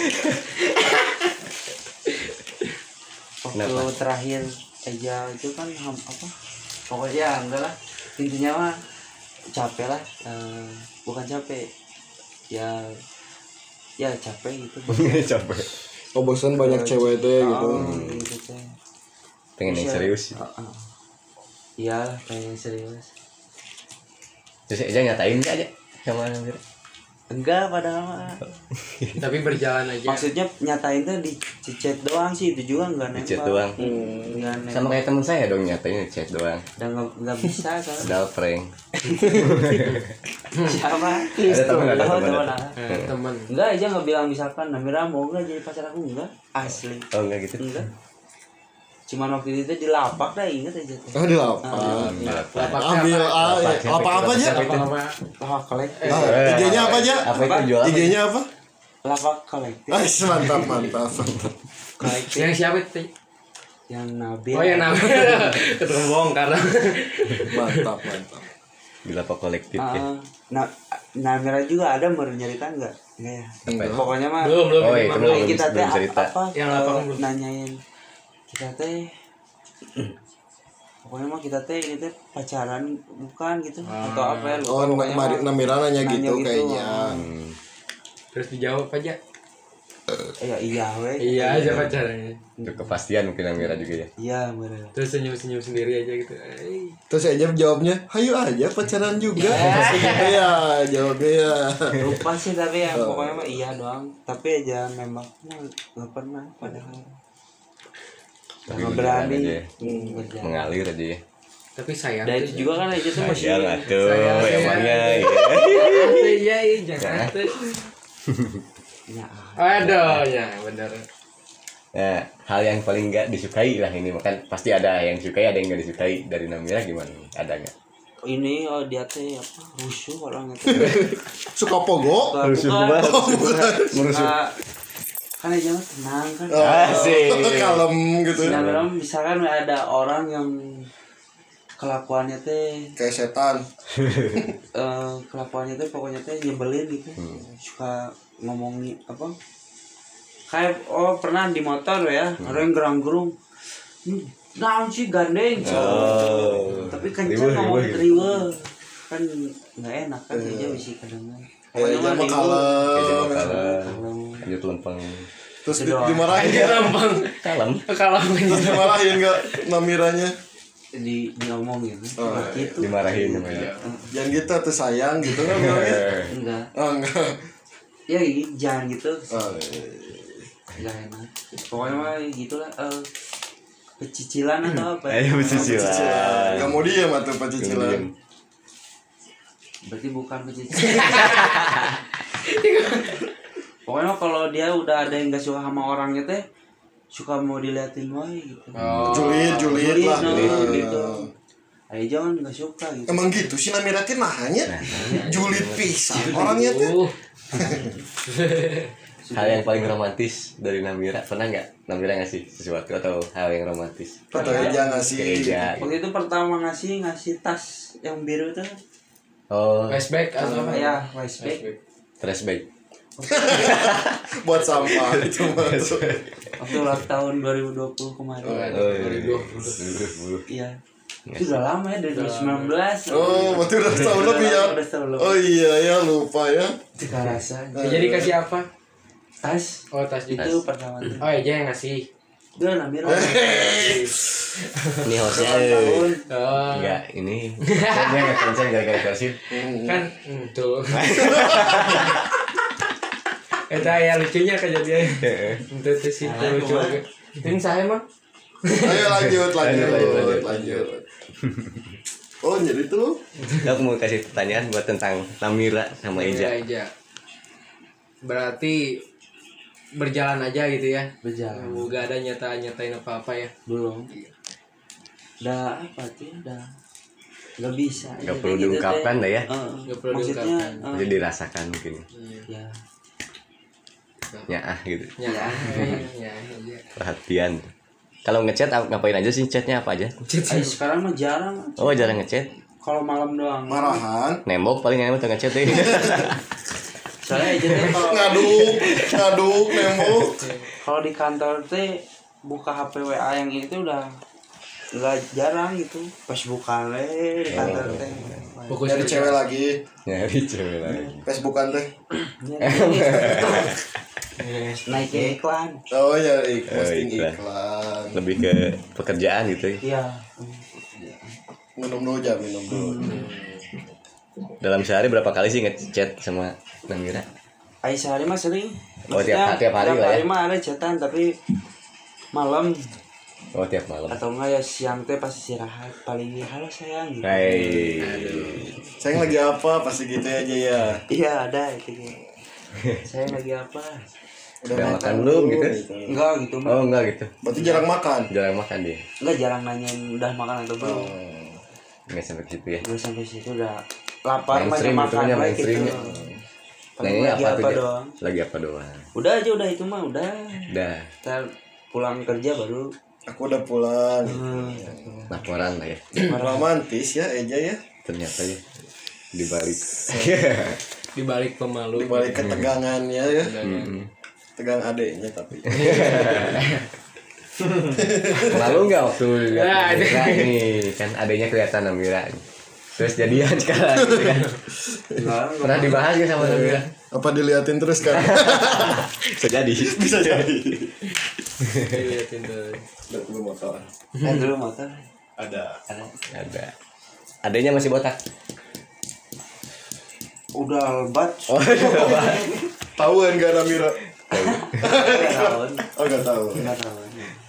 C: waktu
A: Kenapa?
C: terakhir Eja itu kan ham, apa pokoknya enggak lah intinya mah capek lah eh, bukan capek ya ya capek gitu
A: Capek.
D: Oh, bosan banyak cewek teh gitu.
C: Oh, gitu teh.
A: Pengen yang
C: Bisa.
A: serius.
C: Heeh. Iya pengen yang serius
A: Terus Eja nyatain nggak aja sama Namira?
C: enggak padahal mah
B: Tapi berjalan aja.
C: maksudnya nyatain tuh di chat doang sih itu juga enggak nembak
A: Di chat doang.
C: enggak nembak
A: Sama kayak temen saya dong nyatain di chat doang.
C: dan enggak enggak bisa kan
A: Padahal prank.
C: siapa
A: Ada temen, ada
C: Oh,
A: temen,
C: temen,
A: ada.
C: ah.
B: Eh, teman.
C: enggak aja nggak bilang misalkan Namira mau nggak jadi pacar aku enggak asli
A: Oh enggak gitu.
C: enggak cuman waktu itu di lapak dah inget aja tuh
D: Oh, di lapak.
C: Ah, iya.
B: Lapak
D: Ambil ah,
A: Lapak,
D: eh, apa-apa aja.
A: siapa itu?
B: Apa-apa.
C: lapak kolektif
D: Ah, I G-nya apa aja?
A: Apa itu jual? apa?
D: I G-nya apa?
C: lapak kolektif
D: Ah, mantap, mantap, mantap.
C: kolektif
B: Yang siapa itu?
C: yang Nabil
B: Oh yang namanya ketemu bongkar.
D: Mantap, mantap.
A: Di lapak kolektif ya.
C: Ah, nah Namira juga ada baru nyerita enggak enggak ya
D: Enggak.
C: pokoknya mah
B: Belum belum.
A: Oh,
B: ini
A: iya,
B: mah.
A: belum.
C: Kayak kita teh
A: belum cerita.
C: apa
B: Yang
C: eh,
B: lapangan belum.
C: nanyain kita teh pokoknya mah kita teh ini teh pacaran bukan gitu atau apa ya lupa
D: Oh,
C: pokoknya
D: Mari
C: mah
D: Namira nanya
C: nanya
D: gitu
C: gitu.
D: kayaknya.
A: Hmm.
B: Terus dijawab aja.
C: ya iya we
B: Iya aja pacarannya.
A: Untuk kepastian mungkin Namira juga ya.
C: iya bener
B: Terus senyum-senyum sendiri aja gitu. Eh,
D: Terus aja jawabnya, "Hayu aja pacaran juga." Gitu ya, jawabnya ya.
C: lupa sih tapi ya
D: Oh.
C: pokoknya mah iya doang tapi aja nembak mah nggak pernah padahal
A: Tapi
C: nggak
A: berjalan
C: berani
A: aja ya.
C: Hmm, berjalan.
A: Mengalir aja ya.
B: Tapi sayang.
C: dan itu juga kan aja tuh masih
A: Sayang atuh
B: Sayang,
A: emangnya
B: sayang.
A: gitu.
B: Iya iya jangan tuh.
C: ya,
B: Aduh ya benar.
A: Nah, hal yang paling nggak disukai lah ini makan pasti ada yang disukai ada yang nggak disukai dari Namira gimana? Ada nggak?
C: ini oh dia teh apa rusuh orangnya teh
D: Suka pogo?
C: Bukan,
A: Rusuh
C: bukan.
A: banget.
C: Merusuh. kan aja mah tenang kan
D: Oh,
A: Asik.
D: kalem gitu.
C: nah memang misalkan ada orang yang kelakuannya teh
D: Kayak setan.
C: eh, kelakuannya teh pokoknya teh nyebelin gitu suka ngomongin apa kayak oh pernah di motor ya ada yang gerang-gerung hmm, naon sih gandeng so.
A: Oh.
C: tapi kan
A: Riweuh,
C: ngomongin
A: riweuh.
C: riweuh kan nggak enak kan aja bisa kadang
D: Kayak aja mah
A: Kayak
D: kalem.
A: kalem. Lanjut lempeng.
D: Terus di-
C: Itu doang.
D: dimarahin
B: Aja
D: nggak?
B: lempeng.
A: Kalem.
B: Kalau
D: Terus dimarahin nggak Namiranya?
C: di diomongin
D: Oh,
C: gitu
A: Dimarahin namanya.
D: Jangan gitu tuh sayang gitu kan bilangnya.
C: enggak
D: Oh, enggak.
C: ya i- jangan gitu
D: Oh, iya.
C: enggak enak pokoknya mah gitulah eh, pecicilan atau apa
A: Ayo pecicilan.
D: Gak mau diem atau
A: Diem.
D: pecicilan.
C: berarti bukan pecicilan pokoknya kalau dia udah ada yang gak suka sama orangnya teh suka mau diliatin wae gitu
B: Oh.
D: Julid, julid
C: Julid,
D: lah.
C: no,
D: Julid.
C: gitu ayo jangan gak suka gitu
D: Emang gitu sih Namira teh nahanya julid pisan orangnya teh.
B: Uh,
A: Hal yang paling romantis dari Namira pernah nggak Namira ngasih sesuatu atau hal yang romantis?
D: Atau aja ngasih.
A: Ke Eja.
C: waktu itu pertama ngasih ngasih tas yang biru tuh
A: Oh,
B: flashback atau apa?
C: ya flashback
A: flashback.
D: Buat sampah itu mah tuh.
C: waktu ulang tahun dua ribu dua puluh kemarin
A: Oh,
B: dua ribu dua puluh.
C: iya itu udah lama ya dari dua ribu sembilan belas
D: Oh, berarti udah setahun lebih ya.
C: udah setahun lebih
D: Oh iya ya lupa ya.
C: Tidak rasa
B: Ya, jadi kasih apa?
C: Tas
B: Oh, tas juga.
C: itu pertama tuh.
B: Oh, Eja yang ngasih.
C: Gue Namira
A: Ini hostnya
C: ulang tahun.
B: Oh.
A: enggak ini saya nggak konsen gara-gara versi
B: Kan hmm, tuh. Eta ya lucunya kejadian. Untuk tuh sih
C: Nah,
B: lucu.
C: kemana?
B: Ini saya mah.
D: Ayo lanjut, lanjut,
A: Lanjut, lanjut,
D: lanjut. Oh jadi tuh
A: aku mau kasih pertanyaan buat tentang Namira sama Eja.
B: Iya, Eja. Berarti berjalan aja gitu ya.
C: Berjalan.
B: Gak ada nyata-nyatain apa-apa ya.
C: Belum. Udah apa tuh? Udah nggak bisa.
A: Nggak
C: Jadi
A: perlu
C: kita
A: diungkapkan
C: teh,
A: dah ya.
C: eh,
B: Nggak perlu
C: maksudnya,
B: diungkapkan.
C: eh,
A: Jadi dirasakan mungkin
C: ya.
A: ya ah gitu
B: Ya, ya, ya, ya.
A: perhatian. Kalau ngechat ap- ngapain aja sih, chatnya apa aja?
C: Ay, sekarang mah jarang.
A: Oh jarang ngechat,
C: Kalau malam doang.
D: marahan,
A: nembok paling enak tuh ngechat deh.
C: Soalnya aja teh kalau
D: ngaduk, ngaduk, nembok.
C: kalau di kantor teh buka H P W A yang itu udah nggak jarang gitu. Pas buka le di kantor teh.
B: Fokus
D: Dari
B: kerja.
D: cewek lagi,
A: Nyari cewek lagi.
D: Facebookan teh.
C: Naik ke iklan.
D: Oh ya, ik,
A: Oh,
D: posting
A: iklan.
D: iklan.
A: Lebih ke pekerjaan gitu ya.
C: Iya.
D: Minum dulu aja, minum dulu.
A: Dalam sehari berapa kali sih ngechat sama Namira?
C: Ay sehari mah sering.
A: Oh, tiap-
C: Maksudnya,
A: tiap hari lah ya?
C: mah ada chatan tapi malam
A: Oh tiap malam.
C: atau enggak ya siang teh pas istirahat paling halo sayang gitu.
A: Hai.
D: Sayang lagi apa? Pasti gitu aja ya.
C: Iya ada itu gitu. Saya lagi apa?
A: Udah makan belum gitu?
C: Enggak gitu mah.
A: Oh enggak gitu.
D: Berarti jarang makan.
A: Jarang makan dia.
C: Enggak jarang nanyain udah makan atau belum.
A: Enggak sampai ke situ ya.
C: Udah sampai situ udah lapar mah
A: Mainstream
C: makan
A: gitu kan,
C: lagi gitu.
A: mainstreamnya.
C: Paling
A: Nanyanya
C: lagi
A: apa
C: apa,
A: tuh dia?
C: doang.
A: Lagi apa doang?
C: Udah aja udah itu mah udah.
A: Udah
C: Ntar pulang kerja baru
D: Aku udah pulang.
C: hmm,
A: laporan lah ya.
D: Romantis ya, Eja ya.
A: Ternyata ya di balik
B: Di balik pemalu.
D: Di balik ketegangannya ya.
A: Mm-mm.
D: Tegang adeknya tapi.
A: Malu nggak waktu lihat
B: Ya,
A: Namira nih kan adanya kelihatan Namira terus jadian sekarang gitu kan.
C: enggak
A: Pernah dibahas nggak sama Namira?
D: Apa diliatin terus kan?
A: Bisa jadi.
D: Bisa jadi.
B: Liatin tuh.
D: Udah dulu motor.
C: kan dulu motor
D: Ada.
C: ada.
A: Ada. Adanya masih botak.
C: Udah lebat.
A: Oh,
D: Tahuan gak Namira?
C: Enggak tahun.
D: Oh gak tahu.
C: Enggak tahun.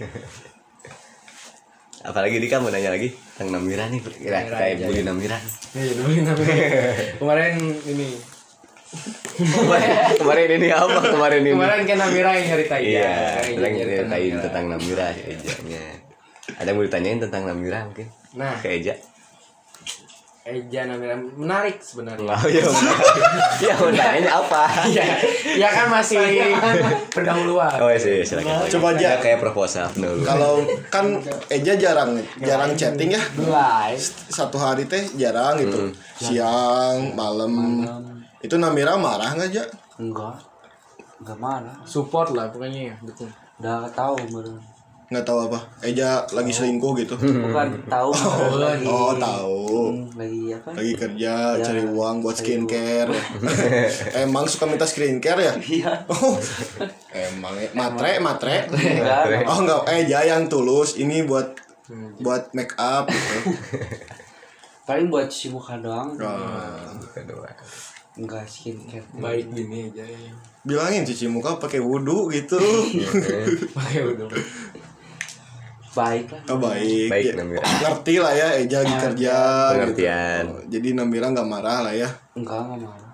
A: apalagi Dika mau nanya lagi tentang Namira nih. Kira
B: Namira
A: kayak
B: aja,
A: bully
B: ya.
A: Namira.
B: Iya, dulu Namira. Kemarin ini.
A: kemarin, kemarin ini apa? Kemarin ini.
B: Kemarin kan Namira yang nyeritain.
A: Iya,
B: Yang
A: bilang
B: nyeritain
A: ceritain
B: Namira.
A: tentang Namira si Ejanya. Ada yang mau ditanyain tentang Namira mungkin?
B: Nah,
A: Ke Eja.
B: Eja Namira menarik sebenarnya.
A: Enggak, ya. Ya mau nanya apa?
B: Iya, ya kan masih pendahuluan.
A: Oh iya sih, silakan.
D: Coba aja.
A: Ada kayak proposal dulu.
D: Kalau kan Eja jarang jarang chatting ya.
B: Live.
D: Satu hari teh jarang gitu. Siang, malam. Itu Namira marah nggak aja?
C: Enggak. Enggak marah.
B: Support lah pokoknya ya, betul.
C: Udah tahu baru.
D: Nggak tahu apa. Eja lagi selingkuh gitu.
C: Bukan tahu baru lagi.
D: Oh tahu.
C: Hmm, lagi apa?
D: Lagi kerja
C: Ya,
D: cari uang buat
C: cari
D: skincare. Emang suka minta skincare ya?
C: Iya.
D: Oh, emang ya. Matre, matre.
C: Enggak.
D: Oh enggak, Eja yang tulus. Ini buat buat make up gitu.
C: Paling buat cuci muka doang.
D: Oh.
A: Kedua.
C: Enggak skincare.
B: Baik gini aja ya.
D: Bilangin cuci muka pakai wudhu gitu.
B: Pakai udah.
C: Baik lah.
D: Oh baik.
A: Baik,
D: Ya,
A: Namira.
D: ngerti lah ya Eja lagi kerja.
A: Pengertian.
D: Gitu. Oh, jadi Namira nggak marah lah ya.
C: Enggak, enggak marah.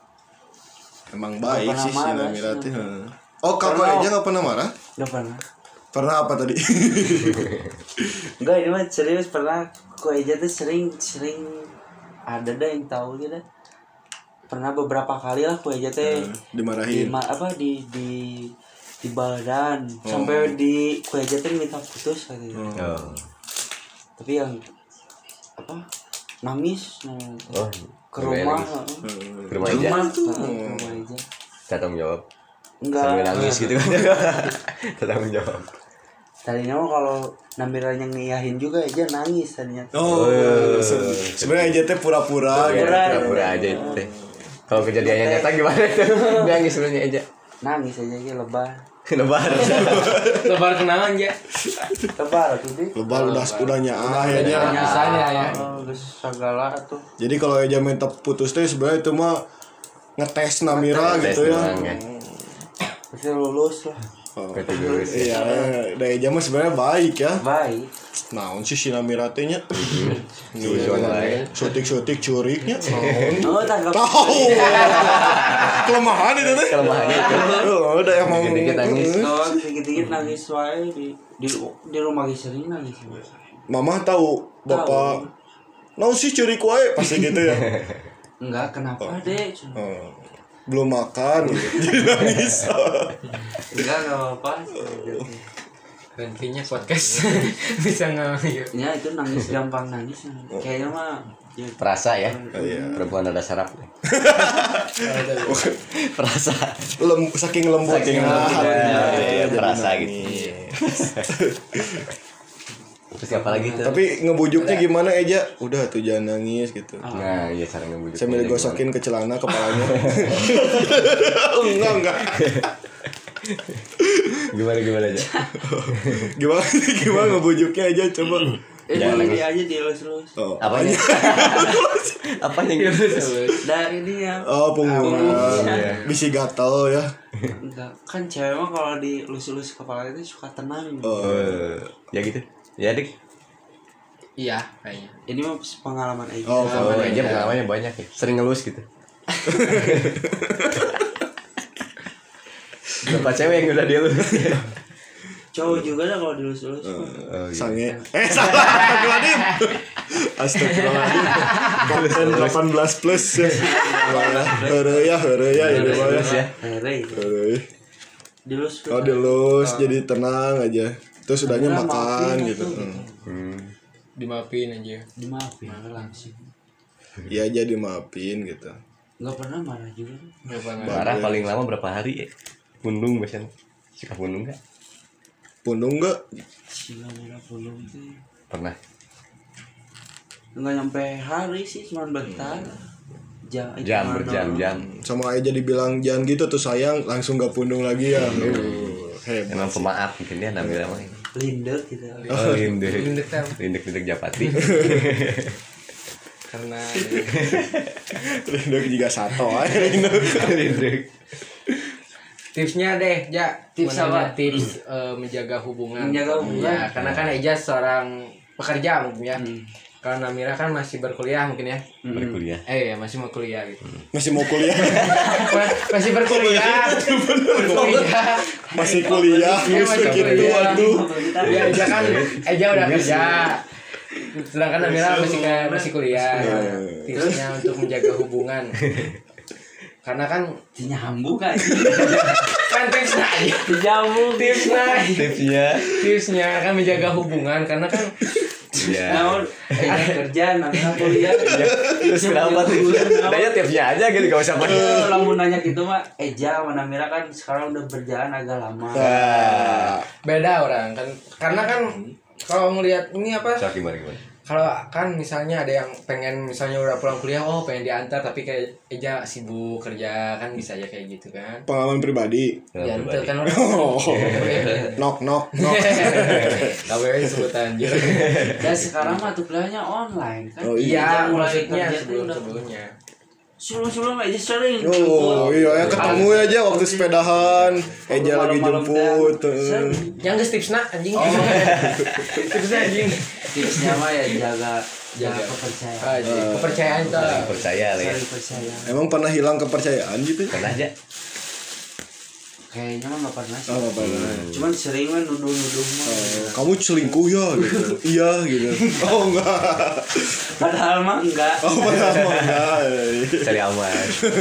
D: Emang
C: Nggak
D: baik
C: pernah
D: sih si
C: marah
D: Namira
C: sih.
D: tuh. heeh. Oh kakak
C: Pernah.
D: Eja nggak pernah marah?
C: Enggak pernah.
D: Pernah apa tadi?
C: Enggak, ini mah serius pernah. Ku aja tuh sering sering ada dah yang tahu gitu. Pernah beberapa kali lah ku aja teh di
D: Dimarahin.
C: ma- apa di di di badan sampai di ku aja teh minta putus katanya.
A: Oh.
C: Tapi yang apa nangis nangis.
A: Oh.
C: Ke rumah
A: nangis.
C: heeh.
A: Ke rumah
C: Ke
A: Eja.
C: rumah tuh ke rumah aja.
A: Saya tanggung jawab.
C: Enggak.
A: Sambil nangis gitu kan. Saya tanggung jawab.
C: Tadinya mah kalau Namira yang ngiyahin juga aja nangis tadinya.
D: Oh, se- sebenarnya Eja teh pura-pura.
A: Ya,
C: Pura-pura.
A: pura-pura aja itu teh. Kalau kejadiannya nyata gimana tuh? Nangis sebenarnya Eja.
C: nangis aja ya lebar.
A: Lebar.
B: Lebar kenalan ya.
C: Lebar tuh deh.
D: Lebal udah udah nyaah ya
B: Udah
D: Eja.
B: misalnya ya.
C: Oh, geus sagala tuh.
D: Jadi kalau Eja minta putus teh sebenarnya itu mah ngetes Namira
A: Tes
D: gitu ya.
A: doang ya.
C: Pasti lulus lah.
D: Oh.
A: Kategori sih.
D: Iya, da Eja mah sebenarnya baik ya.
C: Baik.
D: Naon sih si Namira teh nya?
A: Sujon lain.
D: Sutik-sutik curignya.
C: Oh, tanggap.
D: Tahu. Kelemahan itu teh.
A: Kelemahannya itu.
D: Oh, udah emang
A: Dikit-dikit nangis.
C: Doang dikit-dikit nangis wae di di di rumah geus sering nangis.
D: Mama tahu bapak. Naon sih curig wae pasti gitu ya.
C: Enggak, kenapa, Dek?
D: Oh, belum makan gitu. Jadi nangis.
C: Enggak, enggak apa-apa.
B: Nantinya podcast bisa nggak?
C: Ya itu nangis gampang nangis. Kayaknya mah ya,
A: Perasa ya.
D: Iya.
A: Perempuan ada saraf. Perasa.
D: Lem, saking lembutnya.
A: Saking lembutnya,
D: hatinya,
A: iya,
D: jadi
A: perasa
D: nangis.
A: Terus apa lagi tuh?
D: Tapi ngebujuknya gimana Eja? Udah tuh jangan nangis gitu.
A: Nah, iya cara ngebujuk.
D: Sambil digosokin ke celana kepalanya. enggak, enggak.
A: Gimana gimana aja?
D: Gimana gimana ngebujuknya aja coba.
C: eh
A: Jangan
C: lagi
A: nangis.
C: aja dilus-lus.
D: Oh,
A: Apanya? Apa yang
C: Dan ini ya.
D: Oh, punggungan.
A: Iya.
D: Bisi gatel ya.
C: Enggak, kan cewek mah kalau dilus-lus kepala itu suka tenang.
D: Oh,
A: Eh, ya gitu. Ya dik.
B: Iya, kayaknya.
C: Ini mah pengalaman aja.
D: Oh,
A: Oh,
D: oh,
A: aja pengalamannya banyak ya. Sering ngelus gitu. Berapa cewek yang udah dia lulus?
C: Cowok juga dah kalau dilus-lus.
A: Oh, iya.
D: sange. Eh, salah. Astagfirullahaladzim. Astagfirullahaladzim. Konten delapan belas plus ya. Heureuy ya, heureuy ya ini mah ya.
A: Terus ya.
C: Herey,
D: Heureuy.
C: dilus.
D: Oh, dilus jadi tenang aja. Terus sudahnya
C: Udah,
D: makan
C: maafin
D: gitu.
C: atuh.
D: Hmm.
A: Hmm.
B: Dimaafin aja.
C: Dimaafin langsung.
D: Iya aja dimaafin gitu.
C: Enggak pernah marah juga.
B: Nggak pernah.
A: Marah paling lama berapa hari ya? Pundung biasanya. Suka pundung enggak?
D: Pundung enggak?
C: Sila marah belum tuh.
A: Pernah.
C: Enggak nyampe hari sih, cuma bentar. Jam,
A: Jam berjam-jam.
D: Sama aja dibilang jangan gitu tuh sayang, langsung gak pundung lagi ya. Uh, hebat.
A: Emang pemaaf mungkin dia namanya namanya.
C: Lindek gitu.
A: Oh, lindek.
B: Lindek, Tam.
A: Lindek lindek Japati.
B: Karena
D: Lindek juga satu aja lindek.
A: Lindek.
B: tipsnya deh, Ja.
C: Tips
B: Mana
C: apa?
B: Tips eh, menjaga hubungan.
C: Menjaga hubungan.
B: Ya, karena kan Eja seorang pekerja mungkin ya.
C: Hmm.
B: Kalau Namira kan masih berkuliah mungkin ya.
A: Berkuliah.
B: Eh ya masih mau kuliah gitu.
D: Masih mau kuliah.
B: Ma- masih berkuliah. Kuliah.
D: Masih kuliah.
B: Iya, masih
D: Gitu
B: kuliah.
D: aduh.
B: Ya Eja kan Eja udah kerja. Sedangkan Namira masih kayak masih kuliah. Tipsnya untuk menjaga hubungan. Karena kan
C: Nyambung kan.
B: kan tipsnya aja.
C: Nyambung.
B: Tipsnya
A: Tipsnya.
B: tipsnya kan menjaga hubungan karena kan
A: Iya.
C: Namun, eh kerja, namanya kuliah.
A: Terus kenapa tuh? Kayaknya tipsnya aja gitu gak usah pakai.
C: Eh, lamun nanya gitu mah, Eja sama Namira kan sekarang udah berjalan agak lama.
D: Nah,
B: beda orang kan karena kan kalau ngelihat ini apa
A: So, gimana gimana?
B: kalau kan misalnya ada yang pengen misalnya udah pulang kuliah oh pengen diantar tapi kayak Eja sibuk kerja kan bisa aja kayak gitu kan
D: pengalaman pribadi.
B: diantar kan orang
D: Oh. Knock knock knock.
B: K W sebutan anjir
C: Dan sekarang mah tuh kuliahnya online kan.
D: Oh,
B: iya
C: Eja mulai
B: maksudnya
C: kerja tuh
B: sebelum
C: udah
B: sebelumnya
C: sebelum-sebelum Eja sering
D: Oh
C: jemput.
D: iya ya ketemu aja waktu sepedahan. Eja lagi
C: Malam-malam
D: jemput.
C: teh.
D: eh.
B: yang guys tipsnya anjing
C: Oh.
B: tipsnya anjing
C: Tipsnya mah ya jaga jaga
B: Jaga.
C: kepercayaan.
B: Ah, jadi kepercayaan tuh
A: Saling percaya lah ya.
C: Saling percaya.
D: Emang pernah hilang kepercayaan gitu?
A: Pernah aja.
C: Kayaknya mah nggak pernah sih.
D: Oh, nggak pernah.
C: Cuman sering kan nuduh-nuduh mah.
D: Oh, kamu selingkuh ya gitu. Iya gitu. Oh enggak.
C: Padahal mah enggak.
D: Oh padahal mah enggak.
A: Cari aman.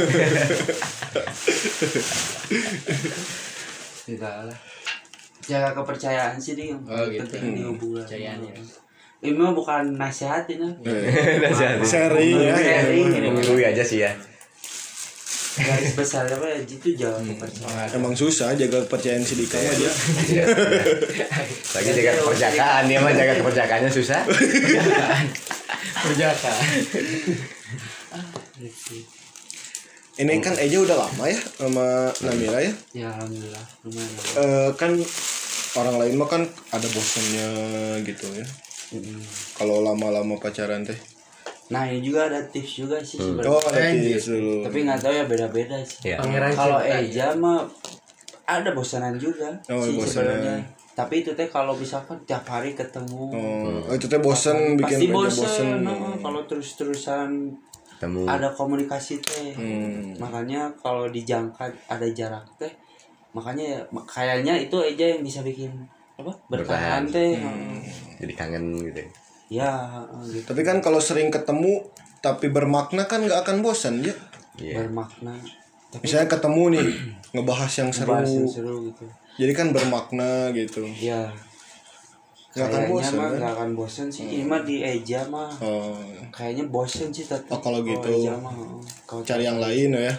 C: Enggak lah. Jaga kepercayaan sih dia yang
B: Oh, gitu.
C: penting di hubungan.
B: Kepercayaannya.
C: Ini mah bukan nasihatin ya.
A: Nasihatin.
D: Sharing ya.
C: Sharing.
A: Mengurui aja sih ya.
C: Garis besarnya mah ya gitu jaga kepercayaan.
D: Emang susah jaga kepercayaan si Dika aja.
A: Lagi jaga keperjakaan dia mah jaga keperjakaannya susah.
B: perjaka
C: Gitu.
D: Ini kan Eja udah lama ya sama Namira ya.
C: Ya alhamdulillah lumayan.
D: Eh, kan orang lain mah kan ada bosannya gitu ya.
C: Mm-mm.
D: Kalau lama-lama pacaran teh.
C: Nah ini juga ada tips juga sih sebenarnya.
D: Oh, ada
B: Anjir.
D: tips dulu.
C: Tapi nggak tahu ya beda-beda sih.
A: Ya.
B: Pangeran
C: Kalau
B: cinta.
C: Eja mah ada bosanan juga
D: Oh,
C: sih
D: bosanan.
C: sebenarnya. Tapi itu teh kalau misalkan tiap hari ketemu.
D: Oh, itu teh bosan bikin
C: pasti
D: Eja
C: bosan.
D: bosan.
C: Nah, kalau terus-terusan
A: Ketemu.
C: ada komunikasi teh.
D: Hmm.
C: Makanya kalau dijangka ada jarak teh, makanya ya, mak- kayaknya itu Eja yang bisa bikin apa
A: Bertahan.
C: bertahan teh.
A: Jadi kangen gitu.
C: Ya gitu.
D: Tapi kan kalau sering ketemu tapi bermakna kan nggak akan bosan ya.
A: Iya.
C: Bermakna. Tapi
D: Misalnya ketemu nih ngebahas yang seru.
C: bahas yang seru gitu.
D: Jadi kan bermakna gitu.
C: Ya.
D: Nggak akan
C: Kayaknya
D: bosan
C: mah
D: kan?
C: nggak akan bosan sih. Ini mah di Eja mah
D: Oh,
C: kayaknya bosan sih tetap.
D: Oh, kalau gitu.
C: Eja mah, oh. Kalau
D: cari yang lain ya.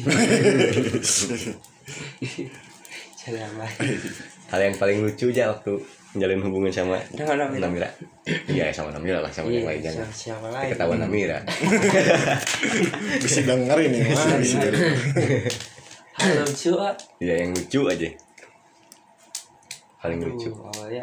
C: cari yang lain.
A: Hal yang paling lucu aja waktu menjalin hubungan sama
C: Dengan Namira.
A: Namira. Iya, sama Namira lah, sama yang lain
C: Iya,
A: jangan.
C: siapa lagi?
A: Ketahuan Namira.
D: Bisa denger ini mah. Bisa denger.
C: Halo cuy.
A: Iya, yang lucu aja. Paling lucu.
C: Awalnya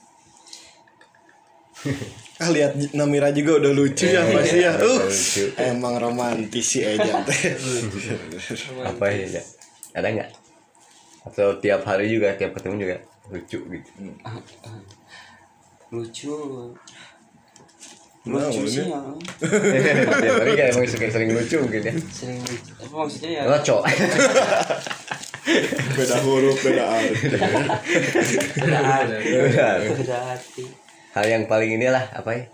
D: Ah lihat Namira juga udah lucu ya pasti ya. Uh,
A: Lucu.
D: emang romantis sih Eja teh.
A: Apa ya? Ya? Ada nggak? Atau tiap hari juga, tiap ketemu juga lucu gitu.
C: lucu.
D: Nah,
C: Lucu sih
D: ini.
C: ya.
A: Tiap hari kan emang suka sering lucu mungkin ya.
C: Sering lucu. Apa maksudnya ya?
A: Ngocok.
D: Beda huruf, beda arti.
C: Beda hati.
A: Benar.
C: Beda hati.
A: Hal yang paling inilah apa ya?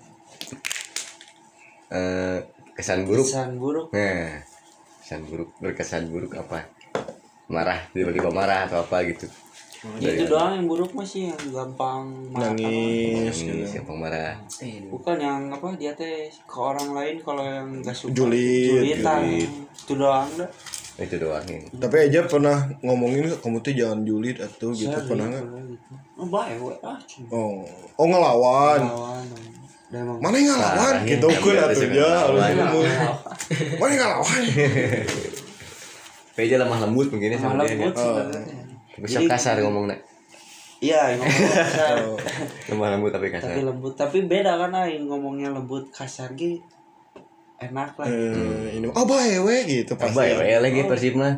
A: Eh, kesan buruk.
C: Kesan buruk.
A: Nah, kesan buruk, berkesan buruk apa? Marah, tiba-tiba marah atau apa gitu.
C: Ya, itu doang yang buruk masih yang gampang marah.
D: Nangis
A: Nangis,
D: gitu.
A: yang marah.
C: Bukan yang apa dia teh ke orang lain kalau yang gak suka.
D: Julid,
C: Julitan.
A: julid.
C: Itu doang dah.
A: Itu doang ini.
D: Tapi Eja pernah ngomongin kamu tuh jangan julid atau gitu
C: Sering,
D: pernah nggak?
C: pernah gitu. Oh baik we ah. cuma
D: Oh, oh ngelawan.
C: lawan. Dan emang
D: Mana yang ngelawan?
A: Parah,
D: Gitu
A: ya.
D: kan
A: Iya,
D: atuh
A: sih,
D: ya.
A: ngelawan.
D: ngomong. Mana yang ngelawan?
A: Peja lemah lembut mungkin ya sama
C: malah
A: dia.
C: lembut
A: Kan?
C: sebenarnya.
A: Bisa
C: Jadi-
A: kasar ngomongnya.
C: Iya, yang ngomong kasar.
A: Lemah lembut tapi kasar.
C: Tapi lembut, tapi beda kan aing ngomongnya lembut kasar gitu. Enak lah.
D: Eh, ini oh bae we gitu pasti.
A: Apa ya? Ya lagi Persib mah.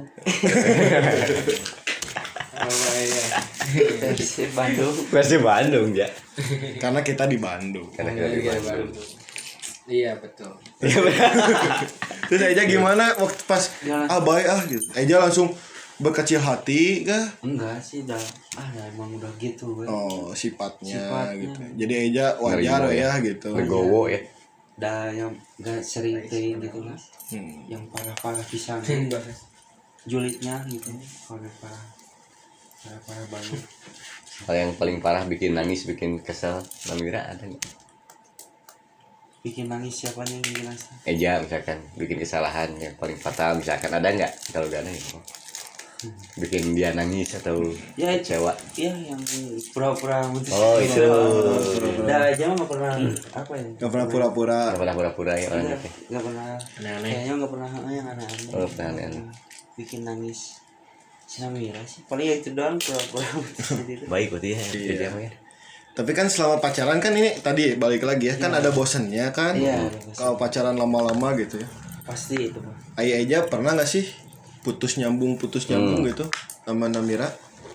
C: Oh iya. Persib Bandung.
A: Persib Bandung ya.
D: Karena kita di Bandung.
A: Karena kita di Bandung.
B: Iya betul.
D: Terus Eja gimana waktu pas
C: Jalan.
D: ah bae ah gitu. Eja langsung berkecil hati kah?
C: Enggak sih dah. Ah, dah, emang udah gitu we.
D: Oh, sifatnya,
C: Sifatnya.
D: gitu. Jadi Eja wajar
A: Nerima
D: ya,
A: ya.
D: gitu.
A: Legowo ya.
C: Dah yang enggak sering teuing gitu lah.
D: Hmm.
C: Yang parah-parah pisan. Julidnya gitu. Kalau yang parah. Parah-parah banget.
A: Hal yang paling parah bikin nangis, bikin kesel, Namira ada nggak?
C: Bikin nangis siapa yang bikin nangis?
A: Eja misalkan bikin kesalahan yang paling fatal misalkan ada nggak? Kalau nggak ada ya. Bikin dia nangis atau
C: Ya itu.
A: kecewa.
C: Iya yang pura-pura mutus.
A: Oh, itu.
C: Dah aja mah nggak pernah apa ya?
D: Gak pernah pura-pura.
A: Nggak pernah pura-pura ya orang
C: Iya,
A: itu.
C: nggak pernah.
B: Aneh-aneh.
C: Kayaknya nggak pernah ah, yang aneh-aneh.
A: Oh, pernah aneh-aneh.
C: Bikin nangis. Si Namira sih. Paling ya itu doang pura-pura mutus gitu.
A: Baik berarti ya.
D: Iya.
A: Eja mah ya.
D: Tapi kan selama pacaran kan ini tadi balik lagi ya, kan ada bosennya kan.
C: Iya, ada bosen.
D: Kalau pacaran lama-lama gitu ya.
C: Pasti itu mah.
D: Ayah Eja pernah gak sih putus nyambung putus nyambung gitu sama Namira?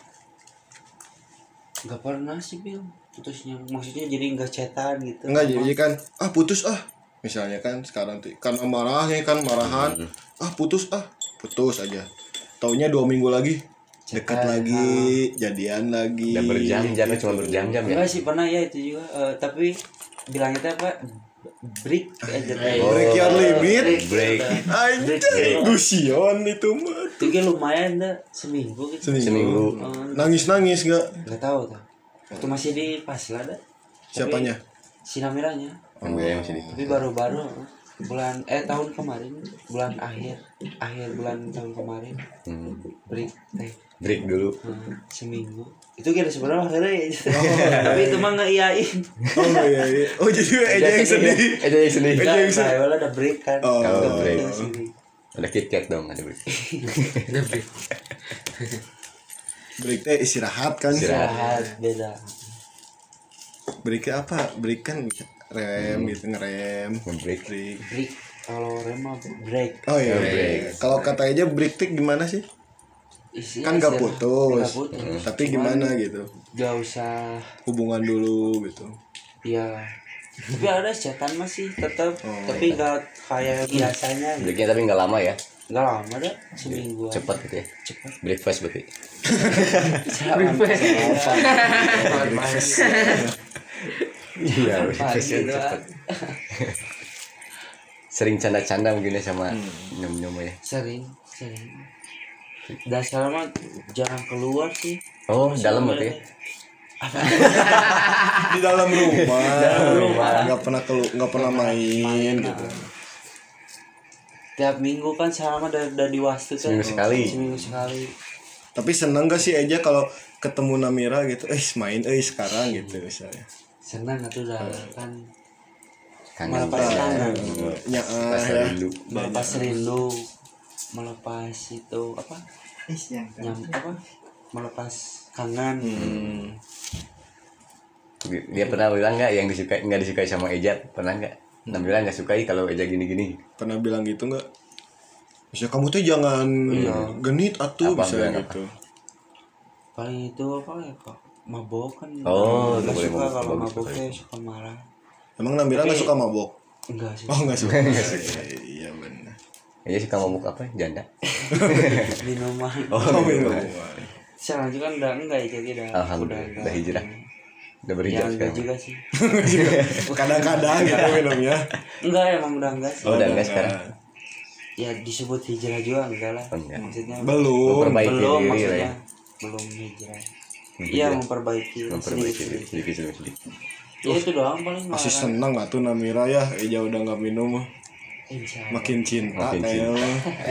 C: Nggak pernah sih Bil. Putusnya maksudnya jadi nggak cetan gitu.
D: Enggak, jadi kan ah putus ah. Misalnya kan sekarang tuh karena marahnya kan marahan. Ah putus ah, putus aja. Taunya dua minggu lagi dekat
C: Cetan,
D: lagi, jadian lagi.
A: Dan berjam-jam ya, cuma berjam-jam ya.
C: Enggak sih pernah ya itu juga. Eh, tapi bilangnya teh apa? Break aja teh.
A: Oh.
D: Break your limit.
A: Break.
D: Anjay, gusion itu mah.
C: Itu kan lumayan dah seminggu gitu.
D: Seminggu.
A: Seminggu.
C: Eh,
D: Nangis-nangis gak?
C: nggak tahu tuh. Waktu masih di Pasla dah.
D: Siapanya?
C: Si Namiranya.
A: Namira yang masih di.
C: Tapi baru-baru bulan eh tahun kemarin bulan akhir akhir bulan tahun kemarin
A: Hmm.
C: break teh
A: Break dulu.
C: eh, seminggu itu kira sebenarnya hari ya tapi itu mah nggak iyain
D: Oh iya, iya. Oh jadi Eja yang sedih.
A: Eja yang sedih.
D: Eja yang
C: nggak
D: sedih.
C: nah, ada break kan
D: Oh.
C: Nggak
A: break.
C: yang sedih.
A: Ada KitKat dong, ada break.
D: Break teh istirahat kan.
C: Istirahat beda.
D: Break apa? Break kan rem gitu, ngerem.
A: Nge-break.
D: Break.
C: Break. Kalau rem mah break.
D: Oh iya.
A: Break.
D: Kalau kata aja break teh gimana sih?
C: Isi
D: Kan gak
C: istirahat.
D: putus.
C: Nggak putus.
D: Tapi
C: Cuman
D: gimana gitu?
C: Gak usah.
D: Hubungan dulu gitu.
C: Ya. Tapi ada chatan masih tetap.
D: Oh.
C: Tapi gak kayak biasanya. Gitu.
A: Breaknya tapi nggak lama ya.
C: Gak lama dah. Semingguan.
A: Cepat gitu ya.
C: Cepat.
A: Breakfast berarti.
C: Breakfast.
A: Iya,
C: Pagi
A: breakfast yang
C: doang.
A: cepat. Sering canda-canda mungkin ya sama nyom-nyom ya.
C: Sering. Sering. Dasar mah jarang keluar sih.
A: Oh, dalam berarti ya.
D: Di dalam rumah.
C: Dalam rumah.
D: Nggak pernah kelu, nggak pernah main gitu.
C: Tiap minggu kan sama udah, udah di wastu kan.
A: Seminggu sekali.
C: Seminggu sekali.
D: Tapi seneng gak sih aja kalau ketemu Namira gitu, eh main eh sekarang gitu misalnya.
C: Senang atuh dah kan
A: Kangen
C: melepas
A: banget.
C: kangen,
D: Ya,
A: Pas
D: ah, ya.
A: rindu.
C: melepas rindu, melepas itu apa? Nyam apa? Melepas kangen.
D: Hmm.
A: Dia pernah bilang nggak yang disukai nggak disukai sama Eja? Pernah nggak? Namira nggak sukai kalau Eja gini-gini.
D: Pernah bilang gitu nggak? Bisa kamu tuh jangan genit atuh
A: Apa
D: bisa
A: bilang
D: gitu.
C: Paling itu apa ya kok? Mabok kan.
A: Oh,
C: nggak
A: nggak boleh
C: suka
A: mabok,
C: kalau
A: nggak
C: mabok
A: suka.
C: teh suka marah.
D: Emang Namira nggak suka mabok?
C: Enggak sih.
D: Oh nggak suka. Iya benar.
A: Eja suka mabuk apa? Janda.
C: Minuman.
D: Oh minum.
C: Sekarang juga kan udah enggak ya jadi udah
A: Alhamdulillah,
C: enggak.
A: udah hijrah. Udah
C: Ya
A: berhijrah
C: enggak
A: sekarang.
C: juga sih.
D: Kadang-kadang gitu minumnya.
C: Enggak emang udah enggak sih.
A: Oh, udah enggak sekarang.
C: Ya disebut hijrah juga enggak lah.
A: Oh, enggak.
C: Maksudnya
D: Belum.
A: Memperbaiki
C: belum
A: diri lah
C: maksudnya
A: ya.
C: belum hijrah.
A: Hijrah.
C: Iya memperbaiki.
A: Memperbaiki
C: sedikit,
A: diri
C: sedikit.
A: sedikit demi sedikit.
C: Ya itu doang paling
D: Masih
C: marah.
D: seneng gak tuh Namira ya? Eja udah nggak minum,
C: Insya Allah.
D: makin cinta
A: Makin
D: kayaknya.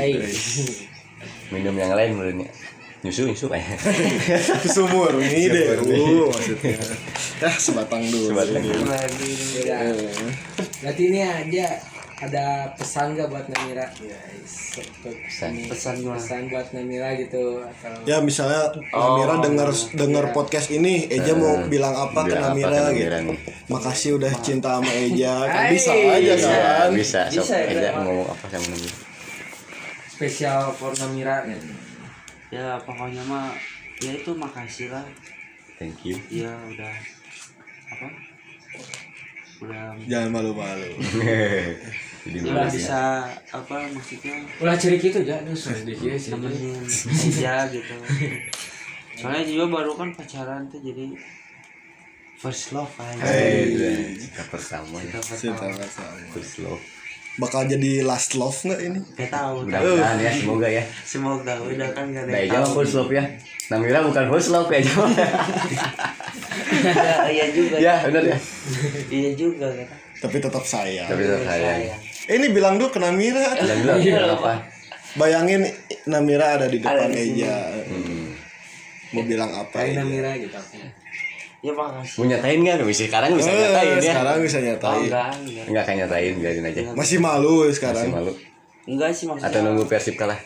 A: Minum yang lain menurutnya. Nyusu nyusu kayak.
D: Sumur nih deh, uh, maksudnya. Ya sebatang dulu.
A: Sebatang
D: ini.
A: dulu.
C: Lagi.
D: Eh,
E: Berarti ini aja ada pesan gak buat Namira? Guys,
A: Pesan.
C: Pesan gimana?
E: pesan buat Namira gitu atau
D: Ya misalnya Namira dengar dengar podcast ini, Eja mau bilang apa ke
A: Bilang apa
D: Namira
A: ke
D: gitu.
A: Namira nih?
D: Makasih udah cinta sama Eja. Kan
E: Hai.
D: bisa aja
A: Bisa,
D: kan.
A: bisa. Sok
C: Bisa ya,
A: Eja
C: Bang.
A: ngomong apa sama Namira?
E: spesial for Namira gitu.
C: Ya pokoknya mah ya itu makasih lah.
A: Thank you.
C: Ya udah apa? Udah
D: Jangan malu-malu.
A: Jadi
C: ya udah
A: makasih.
C: bisa apa maksudnya
E: Ulah ciri gitu aja, aduh sorry deh ya sih.
C: nemenin aja gitu. Soalnya juga baru kan pacaran tuh jadi first love aja.
D: Hey.
A: Kita pertama ya.
C: Kita
D: Cinta
C: pertama.
D: sama.
A: First love.
D: Bakal jadi last love nggak ini?
C: Gak tahu.
A: Mudah-mudahan ya, semoga ya.
C: Semoga udah kan gak ada
A: Nah,
C: yang
A: Eja mah
C: tahu.
A: first love ya. Namira bukan first love ya, Eja mah.
C: Ya, iya juga.
A: Ya, benar ya.
C: Iya juga kan.
D: Tapi tetap sayang.
A: Tapi tetap sayang.
D: Eh, ini bilang dulu ke Namira.
A: Dan bilang apa?
D: Bayangin Namira ada di depan
C: Ada di
D: Eja.
A: Hmm.
D: Mau bilang apa
E: Kayak
D: Eja?
E: Namira gitu.
C: Ya makasih.
A: Mau nyatain nggak? Bisa sekarang bisa
D: Eh,
A: nyatain ya.
D: sekarang bisa
C: Oh,
D: nyatain.
C: enggak, enggak.
A: Enggak akan nyatain, biarin aja.
D: Masih malu
A: Masih
D: sekarang.
A: malu.
C: Enggak sih maksudnya.
A: Atau nunggu Persib kalah.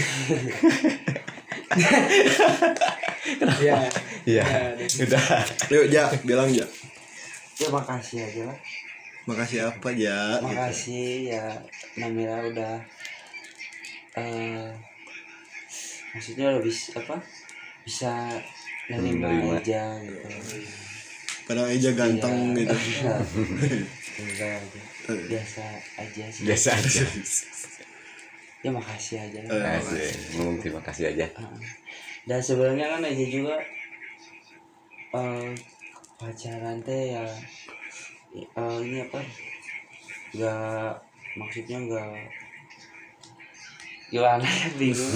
E: Iya.
A: Iya. Udah.
D: Yuk, Ja, bilang Ja.
C: Ya makasih aja lah.
D: Makasih apa, Ja? Gitu.
C: Makasih ya Namira udah eh maksudnya udah bisa apa? Bisa nerima
A: Menerima.
C: aja gitu.
D: Padahal Eja ganteng
C: Iya.
D: gitu.
C: Iya. Enggak aja. Biasa aja sih.
A: Biasa aja.
C: Ya makasih aja lah.
D: Eh,
A: Asik. Ngomong terima kasih aja.
C: Dan sebenarnya kan aja juga eh pacaran teh ya eh, ini apa nggak maksudnya nggak gimana ya bingung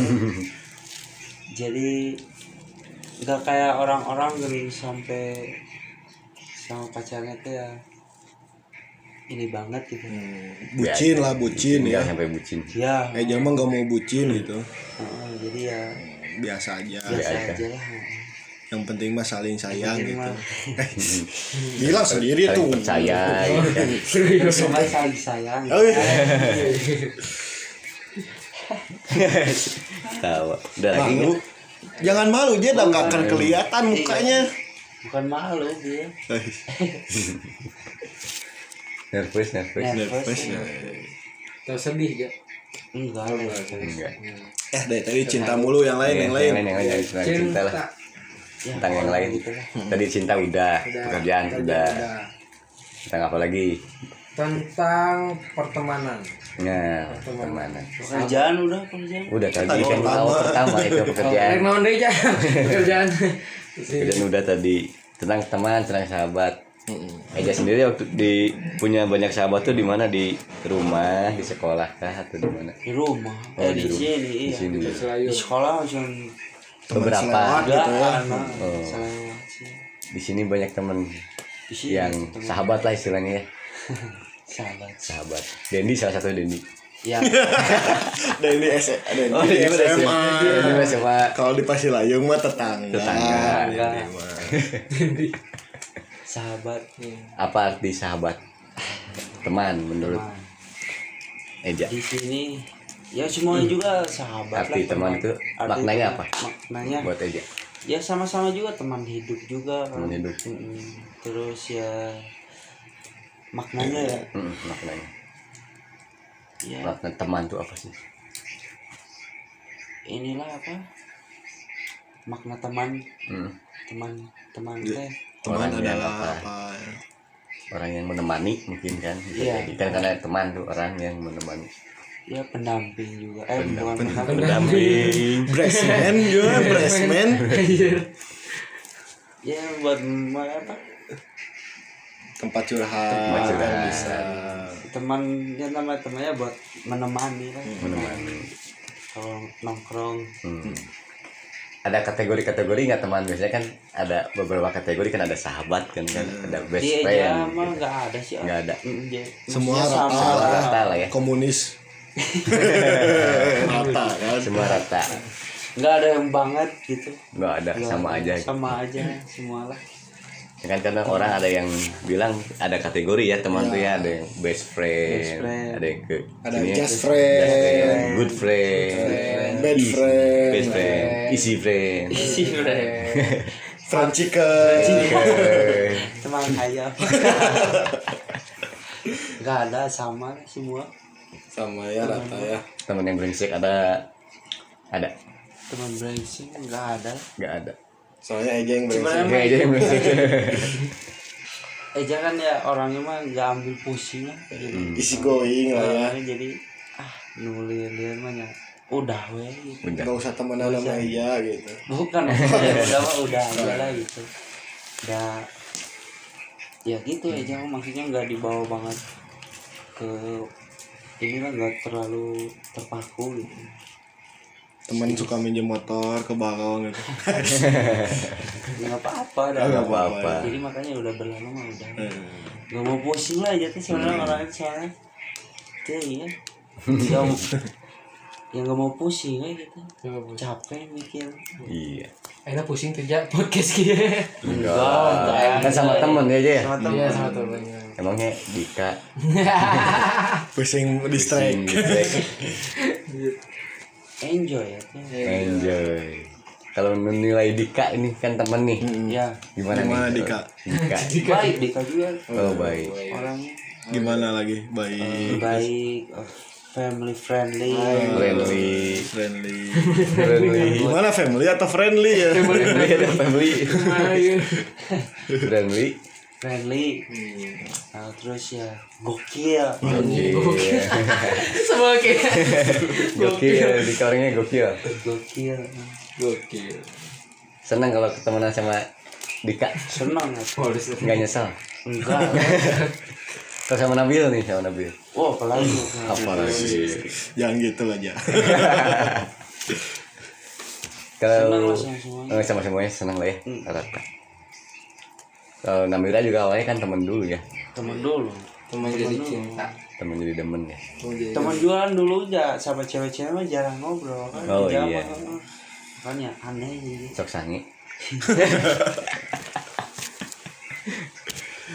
C: jadi nggak kayak orang-orang gitu sampai sama pacarnya teh ya ini banget gitu
D: Bucin lah, bucin
A: Enggak
D: ya.
A: sampai bucin.
C: ya
D: Eja mah nggak mau bucin gitu.
C: heeh, jadi ya
D: Biasa aja.
C: biasa
A: aja.
C: aja lah
D: Yang penting mah saling sayang
C: Penting
D: gitu.
C: mah.
D: Bilang sendiri
A: Saling
D: tuh.
A: percaya. gitu kan.
C: Cuma saling sayang
D: Oh, iya.
A: Tawa. Udah lagi
D: Malu.
A: nggak?
D: Jangan malu dia udah nggak akan kelihatan mukanya.
C: Bukan malu dia.
A: Nervous, nervous.
D: Nervous ya.
E: Tahu sedih ya.
C: Enggak, enggak.
A: Enggak.
D: Eh dari tadi cinta mulu yang lain
A: Iya,
D: yang lain.
A: Yang lain, yang lain, yang lain. Cinta lah.
C: Ya,
A: Tentang yang lain.
C: gitu lah.
A: Tadi cinta udah, pekerjaan udah. Tentang apa lagi?
E: Tentang pertemanan.
A: Nah, pertemanan.
C: Pekerjaan udah pekerjaan.
A: Udah tadi
D: Tadi
A: kan
D: pertama.
A: awal pertama itu pekerjaan.
E: Rek naon deui aja pekerjaan.
A: Pekerjaan udah tadi tentang teman, tentang sahabat. Eja sendiri waktu di punya banyak sahabat tuh di mana, di rumah, di sekolah kah atau di mana?
C: Di rumah.
A: Oh,
C: Eh
A: di
C: di
A: rumah.
C: sini
A: Di
C: iya.
A: sini.
C: Di sekolah macam
A: Beberapa.
D: selewat
C: enggak
D: gitu ya.
C: anak.
A: Oh.
C: Selewat sih.
A: Di sini banyak teman
C: Di sini
A: yang
C: teman.
A: sahabat lah istilahnya ya.
C: Sahabat.
A: Sahabat. Dendi salah satu Dendi.
C: Ya.
D: Dan ini S ada
A: Oh,
D: di
A: di
D: S M A.
A: Dendi sama
D: Kalau di Pasilayung mah tetangga.
A: Tetangga.
C: Enggak.
D: Ini mah.
C: Sahabat.
A: apa arti sahabat? Teman menurut
C: Teman.
A: Eja.
C: Di sini ya semuanya juga sahabat
A: Arti
C: lah,
A: teman itu
C: Arti
A: maknanya
C: teman-
A: apa?
C: Maknanya
A: Buat Eja.
C: ya sama-sama juga teman hidup juga kan.
A: Teman hidup.
C: Mm-mm. Terus ya maknanya ya
A: Hmm, maknanya.
C: ya
A: Makna teman tuh apa sih?
C: inilah apa makna teman
A: Hmm.
C: teman teman
D: Ya.
C: teh
D: Teman
A: Orang yang
D: adalah
A: apa?
D: apa?
A: Orang yang menemani mungkin kan. Bisa
C: Iya.
A: jadi. Kan karena teman tuh orang yang menemani.
C: ya pendamping juga eh bukan pendamping
A: Pendamping.
D: Breastman juga, breastman.
C: ya buat buat apa
D: Tempat curhat.
A: Tempat curhat.
D: Kan bisa.
C: teman ya nama temannya buat menemani lah
A: Menemani.
C: kalau nongkrong
A: Hmm. Ada kategori-kategori nggak teman? Biasanya kan ada beberapa kategori, kan ada sahabat kan, kan ada best
C: dia aja
A: friend.
C: mah
A: gitu.
C: nggak ada sih
A: Nggak ada.
C: Mm, dia-
D: Semua
C: maksudnya
D: rata.
C: sama
A: Semua
C: lah.
A: rata lah ya.
D: Komunis. Rata kan.
A: Semua rata.
C: nggak ada yang banget gitu
A: Nggak ada,
C: Nggak
A: sama
C: ada.
A: aja. gitu.
C: sama aja semua lah
A: Ya kan kadang orang ada yang bilang ada kategori ya teman tuh ya, ada yang best friend,
C: Best friend.
A: ada yang ke
D: Ada
A: ini ya,
D: just
A: just
D: friend,
A: friend, good friend,
D: bad
A: easy-
D: friend,
A: best friend, easy friend,
C: isi udah
D: friend chicken.
A: Oke.
C: teman ayam nggak ada sama lah semua
D: Sama ya rata ya.
A: teman yang brengsek ada, ada,
C: teman brengsek nggak ada
A: nggak ada.
D: Soalnya Eja yang brengsek.
C: Sebenarnya-
A: Kayak aja yang brengsek.
C: eh jangan ya orangnya mah nggak ambil pusing lah jadi
D: Easy going lah ya.
C: orangnya jadi ah nulir dia mah ya udah weh gitu.
A: Udah.
D: Gak usah temenan sama Eja gitu.
C: bukan maksudnya udah mah udah aja lah gitu udah ya gitu aja maksudnya nggak dibawa banget ke ini lah nggak terlalu terpaku gitu
D: Temen suka minjem motor ke Bakau gitu.
C: ya nggak apa-apa dah.
D: Oh, nggak
A: apa-apa.
C: jadi makanya udah berlalu mah udah
D: Hmm.
C: nggak mau pusing lah aja tuh soalnya orangnya soalnya tuh iya nggak mau ya nggak mau pusing lah gitu capek mikir
A: Iya.
E: Enak pusing kerja podcast gitu.
A: Enggak. Kan sama temen ya aja ya.
C: sama temen
E: Iya sama temennya.
A: Emangnya Dika
D: Pusing distract.
A: pusing gitu.
C: enjoy ya tuh
A: Enjoy. Kalau menilai Dika ini kan temen nih.
C: ya
A: Gimana,
D: Gimana,
A: nih?
D: Dika?
A: Dika.
C: baik Dika juga
A: Oh baik.
C: orangnya
D: Gimana lagi? Baik.
C: baik oh, family friendly
A: Friendly.
D: Friendly.
A: Friendly.
D: Gimana family atau friendly ya?
A: Friendly ada family.
E: Ayo.
A: Friendly.
C: friendly nah, terus ya gokil
A: Gokil.
E: Semua kayak
A: Gokil. Dika orangnya gokil.
C: gokil
E: gokil.
A: Senang kalau ketemuan sama Dika.
C: senang ya
A: Nggak nyesel.
C: enggak
A: Kalau sama Nabil nih, sama Nabil.
C: oh apalagi
A: Apalagi.
D: Jangan gitu lah, Ja.
A: Kalau
C: Senang lah sama semuanya.
A: eh, sama semuanya senang lah ya.
C: Hmm.
A: Rata. Kalau Nabila juga awalnya kan temen dulu ya.
C: teman dulu
E: Teman jadi cinta.
A: Temen jadi demen ya.
C: teman jualan dulu aja sama cewek-cewek mah jarang ngobrol kan
A: Oh,
C: Di
A: iya.
C: zaman, makanya aneh jadi
A: Sok sangi.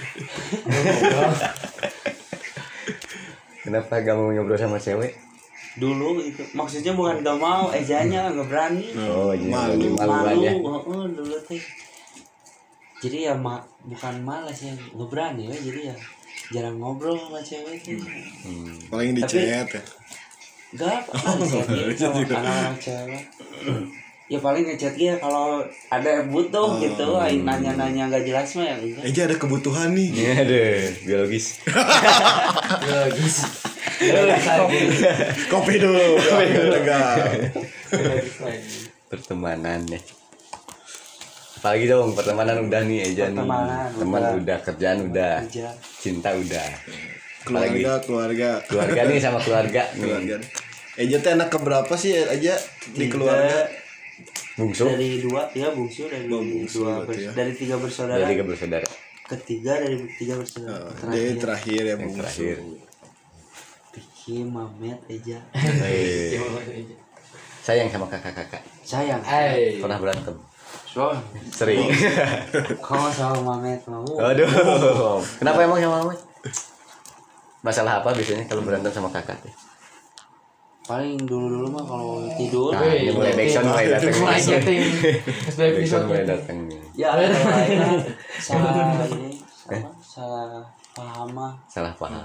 A: Kenapa gak mau ngobrol sama cewek?
C: dulu itu maksudnya bukan gak mau ejanya nggak berani
A: Oh iya,
D: Malu.
A: malu ya.
C: malu oh, dulu teh jadi ya ma bukan malas ya nggak berani ya jadi ya jarang ngobrol sama cewek tuh
A: Hmm.
D: Paling di
C: Tapi-
D: chat ya.
C: gak apa ngechat sama anak-anak cewek ya paling ngechat ya kalau ada yang butuh gitu aing nanya-nanya nggak jelas mah ya enggak
D: Eja ada kebutuhan nih.
A: Iya deh, biologis.
E: Biologis.
D: Kopi dulu. Kopi tegang.
A: Pertemanan ya. Apalagi dong, pertemanan udah nih Eja nih.
C: Pertemanan
A: Teman
C: udah.
A: udah, kerjaan udah,
C: Kerja.
A: cinta udah. Apalagi
D: Keluarga, keluarga.
A: keluarga nih sama keluarga
D: Keluarga.
A: nih.
D: Eja teh anak keberapa sih aja di keluarga?
A: Bungsu
C: dari dua ya bungsu dari
D: Oh, bungsu
C: dua
D: berarti
C: bers-
D: ya.
C: dari tiga bersaudara
A: dari tiga bersaudara.
C: ketiga dari tiga bersaudara
D: Oh, jadi terakhir ya
A: Yang
D: bungsu.
A: terakhir.
C: Piki Mamet Eja
A: Hei. Sayang sama kakak-kakak.
C: sayang
E: Hai.
A: Pernah berantem?
C: so
A: Sering.
C: kau sama Mamet mau
A: Aduh. Kenapa emang sama Mama? Masalah apa biasanya kalau berantem sama kakak teh?
C: paling dulu dulu mah kalau tidur
A: Nah, ini mulai backsound mulai datang.
E: Mulai getting.
A: Backsound mulai datang nih.
C: ya kalau lainnya salah ini apa salah paham mah
A: Salah paham.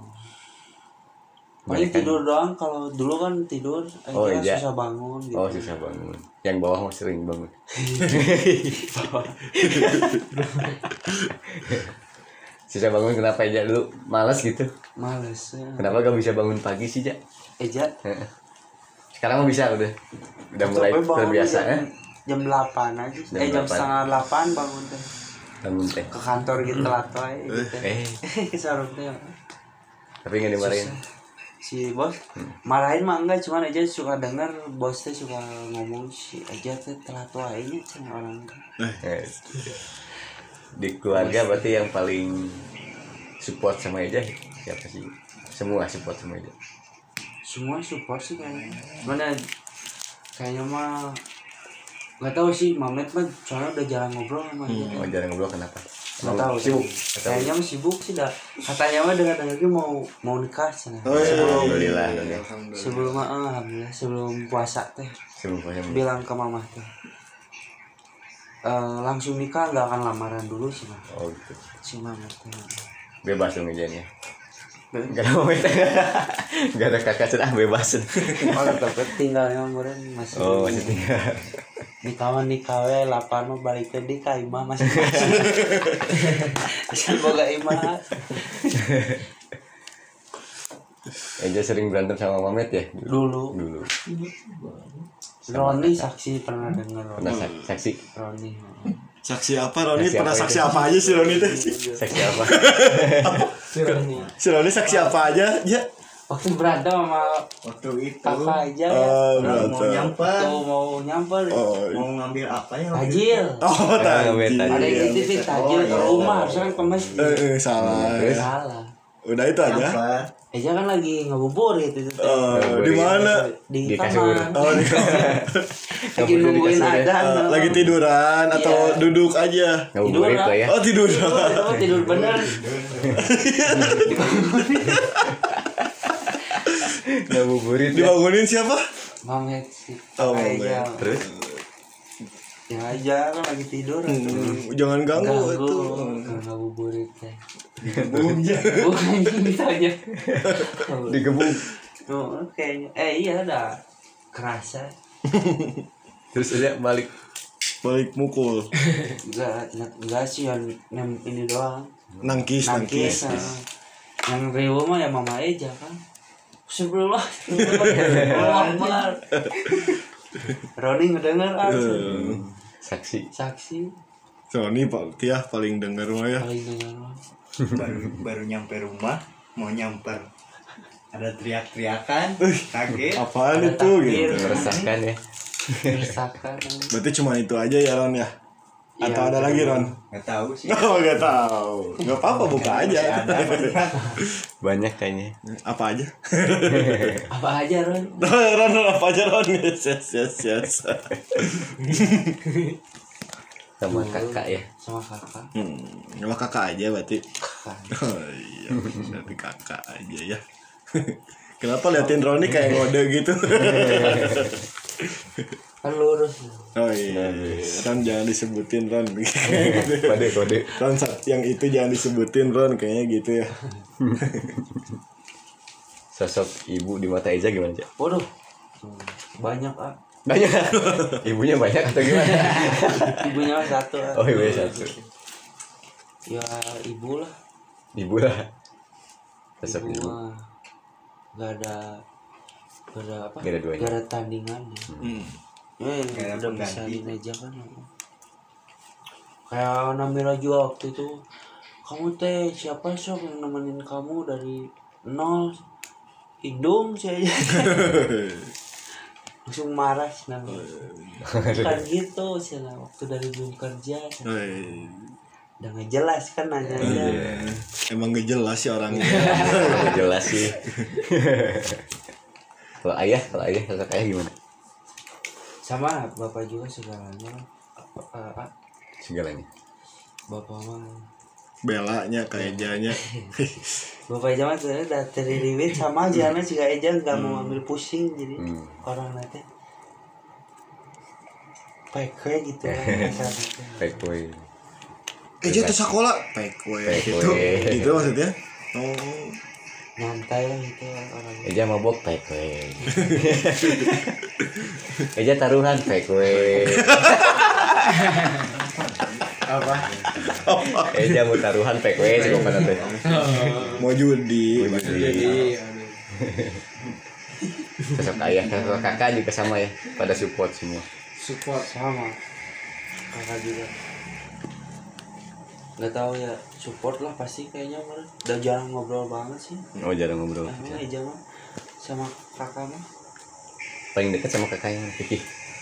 C: paling
A: Banyak kan?
C: tidur doang kalau dulu kan tidur aja
A: Oh, iya.
C: susah bangun gitu
A: Oh susah bangun. Yang bawah mau sering bangun. Susah bangun kenapa aja dulu? Malas gitu.
C: males ya.
A: Kenapa gak bisa bangun pagi sih Jak?
C: Eja
A: Sekarang mah bisa udah. Udah mulai
C: sampai bangun
A: terbiasa
C: jam,
A: ya.
C: jam delapan aja
A: Jam
C: eh jam
A: delapan.
C: setengah delapan bangun teh
A: Bangun teh.
C: ke kantor gitu telat wae gitu
A: Eh,
C: ke sarung teh
A: tapi nggak dimarahin.
C: si bos marahin mah enggak cuman aja suka denger bos teh suka ngomong si aja teh telat wae nya cenah orang
A: Eh. Di keluarga berarti yang paling support sama Eja siapa sih? Semua support sama Eja.
C: semua support sih kayaknya mana kayaknya mah nggak tahu sih Mamet mah soalnya udah jarang ngobrol sama dia
A: Oh jarang ngobrol kenapa?
C: nggak tahu
A: sibuk.
C: sih. kayaknya mah sibuk sih dah katanya mah dengar dengar mau mau nikah cenah
D: Oh, iya.
A: Alhamdulillah.
D: Alhamdulillah.
C: sebelum ah, alhamdulillah sebelum puasa teh
A: Sebelum puasa.
C: bilang ke mama teh "Eh, langsung nikah nggak akan lamaran dulu sih mah
A: Oh gitu.
C: si Mamet teh
A: Bebas dong Ejanya. Gak ada momen. Gak ada kakak sudah bebas.
C: oh tapi tinggalnya meureun masih
A: Oh masih tinggal.
C: nikah mah nikah we lapar mah balik ke di ka imah masih masih boga imah
A: Eja sering berantem sama Mamet ya?
C: dulu
A: Dulu.
C: Roni saksi pernah denger
A: Pernah
C: Roni
A: sak- saksi.
C: Roni
D: Saksi apa Roni?
A: Saksi
D: Pernah
A: apa
D: saksi
A: itu?
D: apa aja sih Roni teh?
A: Saksi apa?
D: Si Roni saksi apa aja? Ya.
C: waktu berantem sama
F: Waktu itu
C: kakak aja ya
D: Oh,
F: orang mau
D: berantem.
F: nyamper,
C: waktu mau nyamper
D: Oh,
F: mau ngambil apa ya? waktu
C: tajil
D: oh tadi.
A: Mamet tadi.
C: ada yang titip tajil ke rumah harusnya kan ke masjid
D: Eh, eh, salah.
C: salah
D: Udah itu
F: itu?
D: aja.
F: Nyamper.
C: Eja kan lagi ngebuburit itu teh.
D: Oh, di mana?
C: di
A: Di kasur.
C: kamar
D: Oh, di
C: lagi nungguin
A: kasur ya?
C: adan
D: Eh, lagi tiduran atau
C: Iya.
D: duduk aja?
A: Ngabuburit lah ya.
D: Oh, tidur.
C: tidur itu tidur bener
A: Ngabuburit. ya.
D: Dibangunin siapa?
C: Mamet sih
D: Oh,
C: Kakak
D: Mamet.
C: Eja.
A: Terus
C: ya aja kan lagi tidur
D: Hmm, jangan ganggu itu.
C: ganggu kan ngabuburit teh
F: Bumnya.
C: bukan ditanya
A: digebuk.
C: oh, kayaknya eh iya dah kerasa
A: Terus Eja balik.
D: Balik mukul.
C: enggak enggak sih yang yang ini doang
D: Nangkis,
C: nangkis
D: nangkis.
C: nah. yang riuh mah ya mama Eja kan sebelum lah Allah Akbar Roni ngedenger ah
A: Saksi.
C: saksi
D: Roni Pak Tiah paling denger mah ya.
C: paling denger mah.
F: baru baru nyampe rumah, mau nyamper. Ada teriak-teriakan, kaget.
D: Apaan
C: Ada
D: itu
C: takbir.
D: gitu.
A: Meresahkan ya.
C: Meresahkan
D: Berarti cuma itu aja ya Ron ya? Atau
C: Iya,
D: ada lagi Ron?
F: Nggak tahu sih.
D: Oh gak tahu. Gak apa-apa buka
F: Masih
D: aja.
F: ada, banyak.
A: Banyak kayaknya.
D: Apa aja?
C: apa aja Ron
D: Ron Ron apa aja Ron? Yes yes yes yes.
A: Sama kakak ya.
C: sama kakak
D: Hmm, sama kakak aja berarti.
C: kakak
D: Oh iya, berarti kakak aja ya. Kenapa liatin Roni kayak ngode gitu?
C: Kan lurus.
D: Oh iya, Ron jangan disebutin Ron.
A: Kode kode.
D: Ron saat yang itu jangan disebutin Ron, kayaknya gitu ya.
A: Sosok ibu di mata Eja gimana, Cak?
C: Waduh. Banyak ah.
A: Banyak. Ibunya banyak atau gimana?
C: Ibunya mah satu ah.
A: Oh, ibunya satu.
C: Ya ibu lah.
A: Ibu lah. Sosok
C: Ibu
A: ibu.
C: mah gak ada gak ada apa?
A: Gak ada duanya.
C: Gak ada tandingannya.
D: Hmm.
C: Eh,
F: Gak ada
C: udah bisa
F: pengganti.
C: dimejakan. Kayak Namira juga waktu itu. Kamu teh siapa sok yang nemenin kamu dari nol? Indung saya langsung marah sih namanya. Bukan gitu sih nah, waktu dari belum kerja sih.
D: Oh, iya.
C: Udah nggak jelas kan nanya aja.
D: Emang gak jelas sih orangnya.
A: Nggak jelas sih. Kalau ayah, kalau ayah, sosok ayah gimana?
C: Sama bapak juga segalanya. Apa, ah, ah,
A: Segalanya.
C: bapak mah
D: Belanya kayak janya.
C: bapak Eja mah sebenarnya udah teririwit sama aja karena jika Eja nggak mau ambil pusing jadi
A: Hmm.
C: orang nanti peke gitu lah kasarnya.
A: Fake way.
D: Eh jatuh sekolah, pek we
A: Pek
D: gitu.
A: we.
D: Gitu maksudnya. Oh.
C: nyantai lah gitu orangnya.
A: Eja mabok fake way. Eja taruhan fake way.
F: Apa?
A: Eja mau taruhan fake way sih bukan nanti.
D: Mau judi.
A: Jadi sosok ayah, sosok kakak juga sama ya, pada support semua.
E: Support.
C: Sama kakak juga nggak tahu ya support lah pasti kayaknya baru udah jarang ngobrol banget sih.
A: Oh jarang ngobrol.
C: Nah, Eja mah sama kakak mah
A: Paling dekat sama kakaknya Vicky.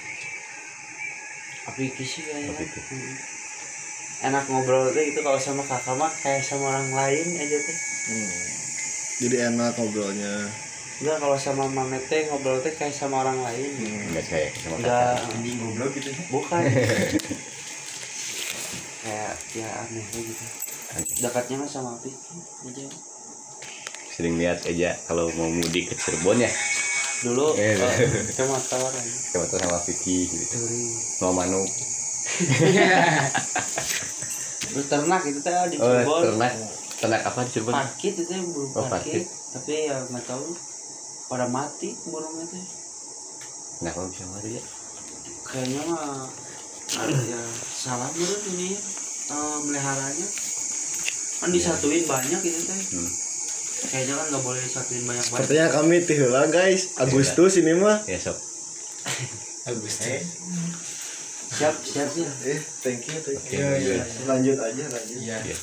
C: Apiki sih kayaknya.
A: Apiki.
C: Hmm. Enak ngobrol tuh gitu kalau sama kakak mah kayak sama orang lain aja tuh.
D: Hmm. Jadi enak ngobrolnya.
C: Enggak kalau sama mame teh ngobrol teh kayak sama orang lain.
A: Enggak kayak sama kakak.
C: Enggak
F: Anjing goblok gitu sih.
C: bukan. Kayak ya aneh aja gitu. Dekatnya mah sama Apiki aja.
A: Sering lihat Eja kalau mau mudik ke Cirebon ya,
C: Dulu
A: Eh,
C: oh, ke motor aja.
A: sama tuh sama Vicky gitu.
C: Touring.
A: Mau manu.
C: Terus ternak itu teh di
A: Oh
C: Cirebon.
A: ternak, ternak apa di Cirebon?
C: Parkit itu yang belum
A: Oh,
C: parkit,
A: parkit.
C: tapi ya nggak tahu pada mati burungnya teh.
A: Kenapa bisa mati ya?
C: Kayaknya mah ada ya salah menurut ini ya eh, meliharanya kan disatuin banyak itu teh.
A: Hmm.
C: Kayaknya kan nggak boleh disatuin banyak banyak.
D: Sepertinya kami tihela guys. Agustus ini mah.
A: Ya sob.
F: Eh,
C: Siap siap ya.
D: Eh, thank you, thank
A: Oke, iya.
D: Lanjut aja, lanjut.
E: Iya.
A: Iya.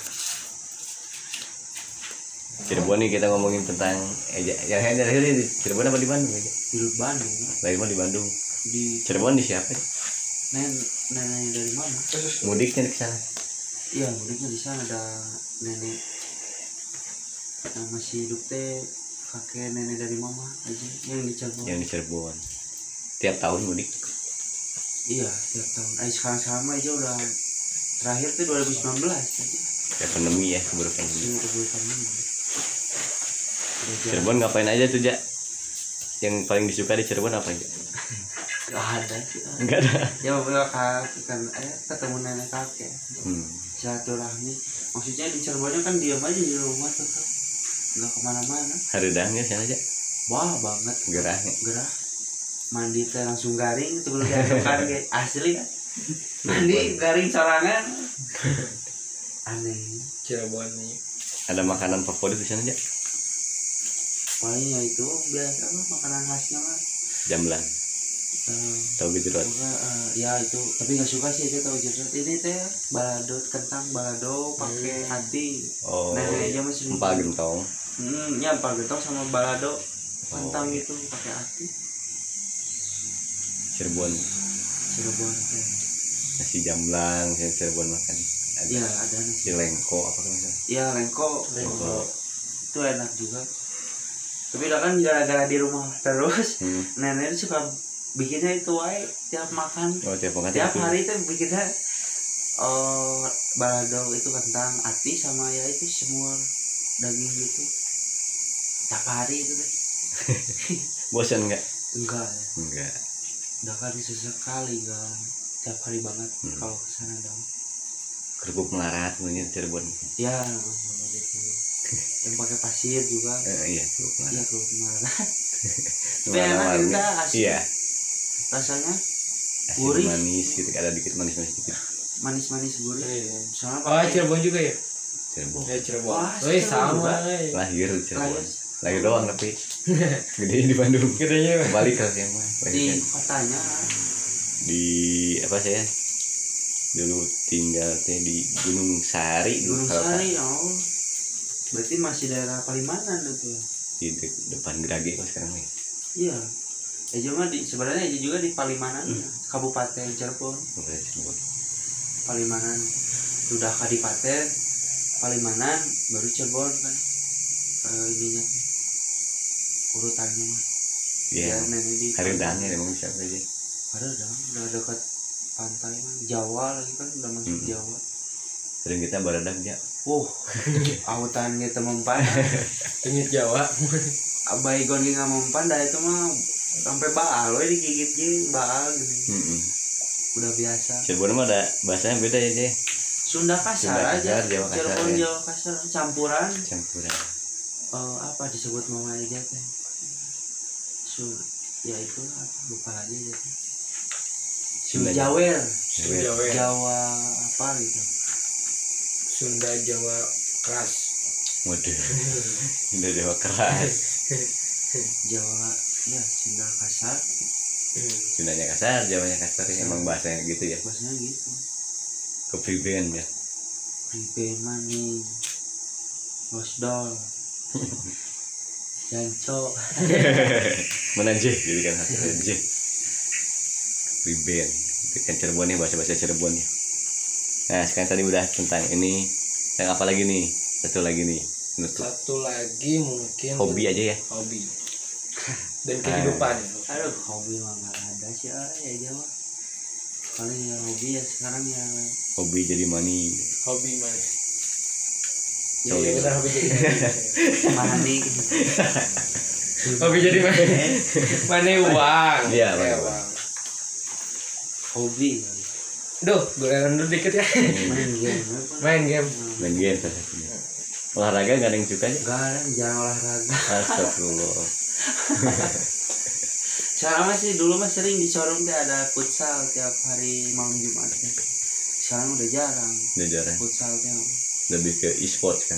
A: Cirebon nih kita ngomongin tentang Eja. Yang yang dari di Cirebon apa di Bandung Eja?
C: Di Bandung ya.
A: Dari mana di Bandung?
C: Di
A: Cirebon di siapa?
C: nen nenek dari mana?
A: Mudiknya ke sana.
C: Iya mudiknya di sana ada nenek yang masih hidup teh kakek nenek dari mama aja yang di Cirebon.
A: Yang di Cirebon. Tiap tahun mudik.
C: Iya tiap tahun. Eh sekarang sama aja udah terakhir tuh dua ribu sembilan belas aja.
A: Ya pandemi ya, keburu pandemi.
C: Ini udah bulan pandemi. Udah jarang.
A: Cirebon ngapain aja tuh, Ja? Yang paling disuka di Cirebon apa aja?
C: Gak ada sih.
A: Enggak ada.
C: Ya mobil kakek kan eh ketemu nenek kakek.
A: Hmm.
C: Silaturahmi. Maksudnya di Cirebonnya kan diam aja di rumah tuh kan. Nggak kemana-mana.
A: Haredangnya sana aja.
C: Wah banget.
A: Gerahnya.
C: Gerah. Mandi teh langsung garing itu udah diadukan kayak asli kan. Mandi garing sorangan. Aneh.
E: Cirebon nih.
A: Ada makanan favorit di sana aja?
C: Paling ya itu biasa apa makanan khasnya mah.
A: Jamlang.
C: Eh,
A: Tahu gitu doang.
C: Bukan, eh, ya itu tapi nggak suka sih itu tahu jeruk ini teh balado kentang balado pakai hati.
A: Oh.
C: Nenek aja masih
A: Empal gentong.
C: Hmm, ya empal gentong sama balado kentang itu pakai hati.
A: Cirebon.
C: Cirebon teh.
A: Nasi jamblang, yang Cirebon makan. Ada.
C: Ya ada nasi.
A: Si lengko apa kan misalnya?
C: Ya lengko,
A: Lengko.
C: itu enak juga. Tapi udah kan gara-gara di rumah terus,
A: Hmm.
C: nenek itu suka bikinnya itu wae tiap makan.
A: Oh, tiap makan
C: Tiap
A: itu.
C: hari tuh bikinnya oh balado itu kentang ati sama ya itu semua daging gitu. Tiap hari itu deh.
A: Bosan nggak?
C: enggak ya.
A: Enggak.
C: Udah kan sesekali enggak tiap hari banget
A: Hmm.
C: kalau kesana dong.
A: Kerupuk melarat mungkin Cirebon.
C: Ya gitu. Yang pakai pasir juga.
A: Eh, iya kerupuk
C: Iya
A: melarat.
C: tuh marah.
A: Warna-warni.
C: enak juga, asli.
A: Iya.
C: Rasanya
A: Asin
C: Gurih.
A: manis gitu, ada dikit manis-manis dikit.
C: manis-manis gurih. Soalnya
E: Oh,
C: pakai
E: Cirebon juga ya?
A: Cirebon.
E: Ya Cirebon.
C: Wah,
E: Wih,
C: Cirebon juga.
E: sama. eh.
A: Lahir di Cirebon.
C: Lahir.
A: Lahir doang tapi gedenya di Bandung.
E: Gedenya
A: Balik ke SMA.
C: di
A: Lahir kan
C: kotanya.
A: di apa saya dulu tinggal teh di Gunung Sari dulu
C: Gunung
A: kalau
C: Sari, oh. Berarti masih daerah Palimanan itu ya?
A: di de- depan Gerage kok sekarang nih.
C: Iya. Eja mah di sebenarnya Eja juga di Palimanan, Kabupaten Cirebon.
A: Bukan Cirebon.
C: Palimanan udah Kadipaten, Palimanan, baru Cirebon kan. Eh, ininya urutannya mah.
A: Iya.
C: Ya, nenek di
A: Haridangnya emang bisa aja.
C: Ada dong, udah dekat pantai mah. Jawa lagi kan udah masuk
A: Hmm.
C: Jawa.
A: Sering kita baradak ya.
C: Wuh, autan kita mempan.
E: Tengit Jawa.
C: Abai goni nggak mempan dah itu mah sampai baal, we digigit gini baal gitu.
A: Mm-mm.
C: Udah biasa.
A: Cirebon mah ada bahasanya beda ya deh.
C: Sunda kasar
A: Sunda
C: aja.
A: kasar, Jawa kasar,
C: Cirebon
A: ya.
C: Jawa kasar campuran.
A: Campuran.
C: Eh, apa disebut mama aja teh? Su, ya itu apa lupa aja ya.
A: Sunda
C: Jawer,
E: Jawa.
C: Jawa apa gitu.
E: Sunda Jawa keras.
A: Waduh. Udah Jawa keras.
C: Jawa ya Sunda kasar,
A: Sundanya kasar, Jawanya kasar ya. Emang bahasanya gitu ya.
C: bahasanya gitu.
A: Kepribadian ya.
C: Pribe mani, Rosdol, Janco.
A: Mana J jadi kan hasilnya J. Kepribadian. Itu kan Cirebon nih bahasa-bahasa Cirebon ya. Nah sekarang tadi udah tentang ini. Yang apa lagi nih? Satu lagi nih. Menutup.
E: Satu lagi mungkin
A: Hobi aja ya.
E: hobi dan kehidupan.
C: Aduh, hobi mah nggak ada sih ah, ya Jawa. Paling ya hobi ya sekarang ya.
A: Hobi jadi money.
E: Hobi mas.
C: Ya,
A: Oh,
E: Ya
A: iya.
E: udah hobi jadi
C: Mani.
E: hobi jadi mana? Mana uang?
A: Iya,
E: Ya,
A: mana
E: uang.
C: Hobi.
E: Duh, gorengan dulu dikit ya.
C: Main game. apa?
E: Main game.
A: Main game salah satunya. Olahraga gak ada yang suka ya?
C: Enggak ada, jangan olahraga.
A: Astagfirullah.
C: Sekarang masih dulu mah sering di showroom teh ada futsal tiap hari malam Jumat teh. Sekarang udah jarang
A: Udah jarang.
C: futsal teh.
A: Lebih ke e-sport kan.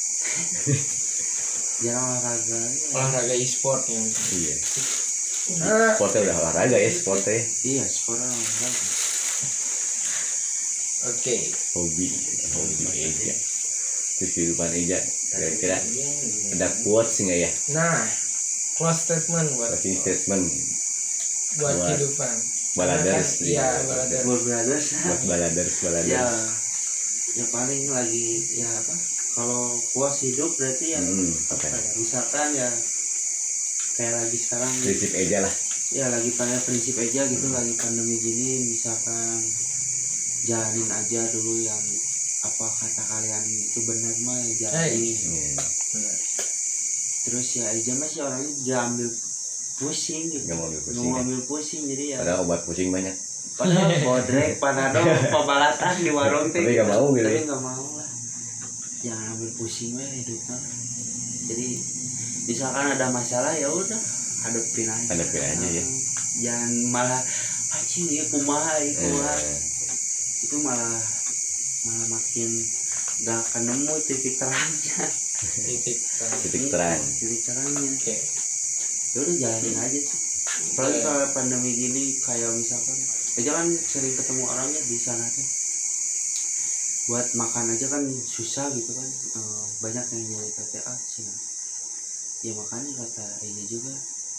C: Jarang olahraga. Ya.
E: Olahraga e-sport yang.
A: Iya.
E: Ah,
A: Sportnya udah olahraga ya, sportnya.
C: Iya, sport olahraga.
E: Oke.
A: Hobi, hobi Eja. Terus kehidupan Eja, kira-kira ada quotes nggak ya?
E: Nah, close statement buat
A: Closing statement
E: buat
A: buat
E: kehidupan.
A: baladers.
E: Iya, baladers.
C: Buat brothers.
A: Buat baladers, baladers.
C: Ya, ya paling lagi ya apa? Kalau puas hidup berarti ya
A: Hmm,
C: apa
A: apa?
C: ya? Misalkan ya kayak lagi sekarang
A: Prinsip Eja lah.
C: ya lagi pada prinsip aja gitu lagi pandemi gini misalkan jalanin aja dulu yang apa kata kalian itu benar mah ya jalanin.
A: Hmm.
E: Benar.
C: Terus ya aja mah sih orangnya udah ambil pusing gitu.
A: Nggak mau ambil pusing,
C: Nggak mau
A: ya?
C: ambil pusing jadi ya.
A: Padahal obat pusing banyak.
C: Padahal bodrek, panadol, pabalatan di warung teh.
A: Tapi nggak mau gitu.
C: Tapi nggak mau lah. Jangan ambil pusing we hidupnya. Jadi misalkan ada masalah ya udah hadapin aja.
A: Hadapin aja ya.
C: Jangan malah anjing ya kumaha ieu kumaha.
A: Eh,
C: Itu malah malah makin gak akan nemu titik terangnya.
E: Titik. terang.
A: titik terang.
C: Titik terangnya.
E: Oke.
C: Ya udah jalanin aja sih. Apalagi kalau pandemi gini kayak misalkan aja kan sering ketemu orangnya di sana tuh. Buat makan aja kan susah gitu kan. Eh, banyak yang nyari T T A sih. Ya makanya kata ini juga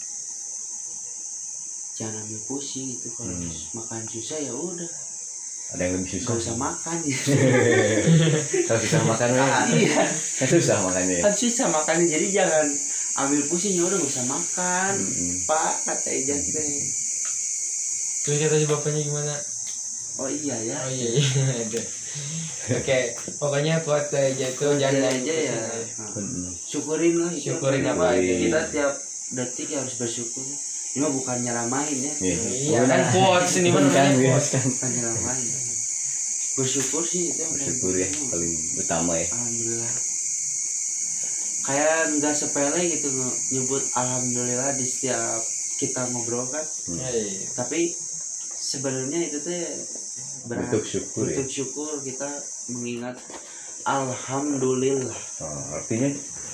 C: jangan ambil pusing gitu kalau
A: Hmm.
C: makan susah ya udah
A: Ada yang lebih susah.
C: gak usah makan gitu.
A: Kalau susah makan ya.
C: Iya
A: Kan susah makannya. ya?
C: kan susah makan jadi jangan ambil pusing ya udah gak usah makan.
A: Mm-mm.
C: Pak kata Eja teh.
E: Terus kata si bapaknya gimana?
C: Oh iya ya.
E: Oh iya iya. Ada. Oke, pokoknya kuat aja itu
C: Jangan
E: jangan
C: aja ya.
A: Mm-mm.
C: Syukurin lah itu.
E: Syukurin apa
C: Kenapa
A: aja.
C: kita tiap detik ya harus bersyukur. Ini mah bukan nyeramahin ya.
A: Iya.
B: Iya kan quotes ini mah
A: Kan,
B: namanya
A: ya.
B: quotes.
C: Bukan nyeramahin. Bersyukur sih itu. yang
A: Bersyukur ya
C: paling-
A: paling utama ya.
C: Alhamdulillah. Kayak nggak sepele gitu nge- nyebut alhamdulillah di setiap kita ngobrol kan.
B: Iya, iya.
C: Tapi sebenarnya itu teh berat.
A: Bentuk syukur ya.
C: Bentuk syukur kita mengingat alhamdulillah.
A: Oh, artinya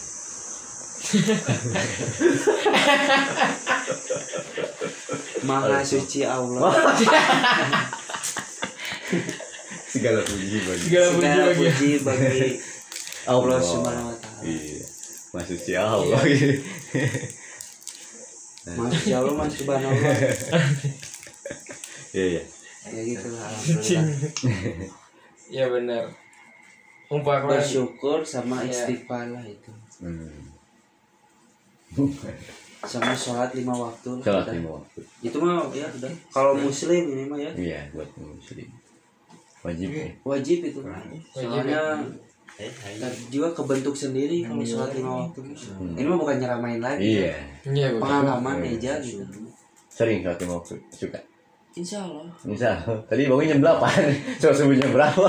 C: Maha suci Allah.
A: segala puji bagi
B: Segala puji
C: Segala
B: bagi
C: puji bagi Allah
A: Allah
C: Subhanahu wa taala.
A: Iya. Masuk si Allah gitu.
C: Maha suci Allah, Maha Subhanallah.
A: Iya iya.
C: Ya gitu lah alhamdulillah.
B: Iya benar. Umpah lagi.
C: Bersyukur sama
B: Iya.
C: istighfar lah itu.
A: Hmm.
C: Sama sholat lima waktu lah.
A: Salat
C: udah.
A: lima waktu.
C: Itu mah ya udah. Kalau muslim ini mah ya
A: Iya buat muslim. Wajib ya.
C: wajib itu. Soalnya
F: Eh, hai.
C: dan juga kebentuk sendiri kalau sholat lima waktu. Ini mah bukan nyeramain lagi.
A: Iya.
B: Iya betul.
C: Pengalaman aja gitu.
A: Sering salat lima waktu. Suka.
C: Insya Allah.
A: Misal tadi bangun jam delapan. Coba subuhnya berapa?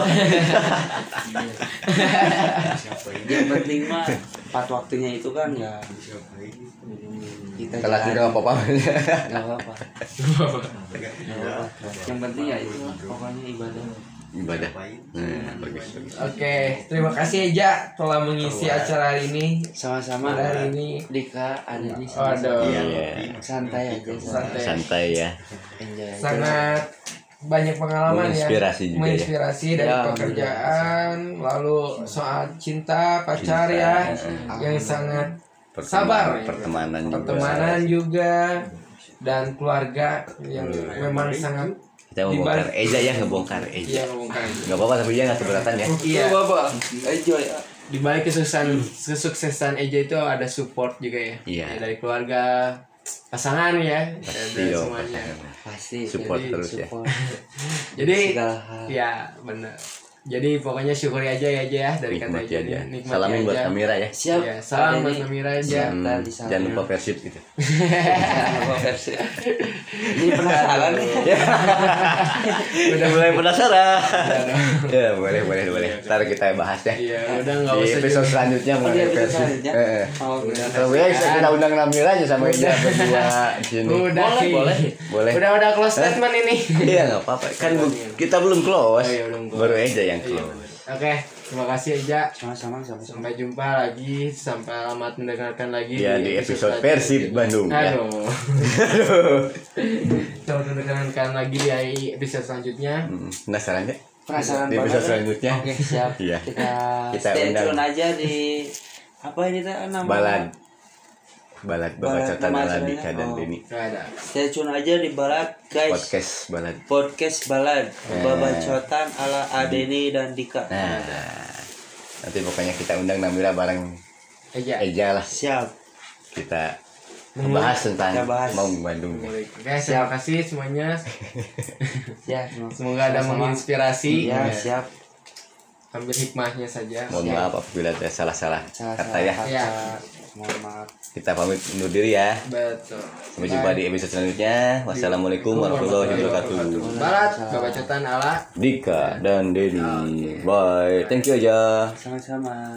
C: Yang penting mah empat waktunya itu kan ya kita
A: Kalau
C: jalan.
A: tidak apa-apa.
C: Nggak apa-apa. Nggak apa-apa. Yang penting ya itu lah, pokoknya ibadah.
A: Ibadah. Nah, bagus. bagus.
B: Oke, terima kasih Eja telah mengisi acara hari ini.
C: Sama-sama
B: Hari ini.
C: Dika ada di sini.
B: Waduh.
A: Iya.
C: Santai aja.
B: Santai.
A: Santai ya.
C: Enjoy aja.
B: Sangat banyak pengalaman
A: Menginspirasi
B: ya.
A: juga ya.
B: Menginspirasi dari
C: Ya,
B: pekerjaan, lalu soal cinta, pacar ya, yang sangat sabar ya.
A: Pertemanan juga.
B: Pertemanan juga dan keluarga yang memang sangat
A: Kita mau bongkar Eja ya, ngebongkar Eja.
B: iya ngomongkan.
A: Gak apa-apa tapi dia gak keberatan ya.
B: Iya.
C: Bapak, enjoy.
B: Di balik kesuksesan kesuksesan Eja itu ada support juga ya.
A: Iya.
B: Ya, dari keluarga, pasangan ya,
A: Pasti
B: dan
A: yo,
B: semuanya.
A: pasangan.
C: Pasti
A: Support
B: Jadi,
A: terus ya.
C: support.
B: Jadi
C: Segala hal.
B: ya benar. Jadi pokoknya syukuri aja ya aja ya dari kata
A: Nikmati
B: Eja.
A: aja.
B: Nikmati
A: Salamin buat
B: aja.
A: Kamira ya.
C: Siap.
B: Iya, salam
C: Ada
B: buat
C: nih.
B: Kamira aja.
C: Siap.
A: Hmm,
C: Ntar disalamin.
A: jangan lupa Persib gitu.
C: Jangan lupa versi. Ini penasaran nih.
A: Udah mulai penasaran. Ya boleh boleh boleh. Ntar kita bahas ya.
B: Iya, udah nggak
A: Di
B: usah.
A: episode selanjutnya
C: Oh, di
A: mengenai
C: episode
A: Persib.
C: selanjutnya?
A: Eh, eh.
C: Oh, udah.
A: Kalau ya bisa kita undang Namira aja sama Eja berdua di sini.
B: Udah,
A: Boleh
B: sih.
A: boleh. Boleh.
B: Udah udah close statement ini.
A: Iya nggak apa-apa. Kan bu- kita belum close.
B: Oh, iya, belum close.
A: Baru Eja yang
B: Iya,
A: close.
B: Oke, terima kasih Eja.
C: Sama-sama, sama-sama.
B: Sampai jumpa lagi, sampai alamat mendengarkan lagi
A: Ya di episode
B: selanjutnya.
A: Persib Bandung ya.
B: Aduh. Sampai mendengarkan lagi di episode selanjutnya.
A: Hmm, Penasaran ya?
C: Penasaran
A: Di
C: banget.
A: episode
C: ya?
A: selanjutnya.
C: Oke, siap.
A: Iya.
C: Kita,
A: Kita
C: stay
A: undang.
C: tune aja di apa ini teh nama?
A: Balad. Balad Babacotan
C: nama
A: ala
C: acaranya?
A: Dika dan
C: Oh.
A: Deni.
B: Gak ada.
C: Stay tune aja di Balad, guys.
A: Podcast Balad.
C: Podcast Balad.
A: Eh.
C: Babacotan ala Adeni dan Dika.
A: Nah, nanti pokoknya kita undang Namira bareng
B: Eja.
A: Eja lah.
C: Siap.
A: Kita membahas tentang
C: Kita bahas.
A: mau Bandung.
B: Oke, terima kasih semuanya.
C: Ya,
B: Semoga ada
C: sama-sama.
B: menginspirasi.
C: Ya,
B: Ya.
C: siap.
B: Ambil hikmahnya saja.
A: Mohon maaf apabila ada salah-salah
C: Salah
A: kata ya.
C: kata.
B: Ya.
C: Mohon maaf.
A: Kita pamit undur diri ya.
B: Betul.
A: Sampai jumpa di episode selanjutnya. Wassalamualaikum warahmatullahi wabarakatuh.
B: Barat, babacotan ala
A: Dika dan Deni. Bye. Thank you aja.
C: Sama-sama.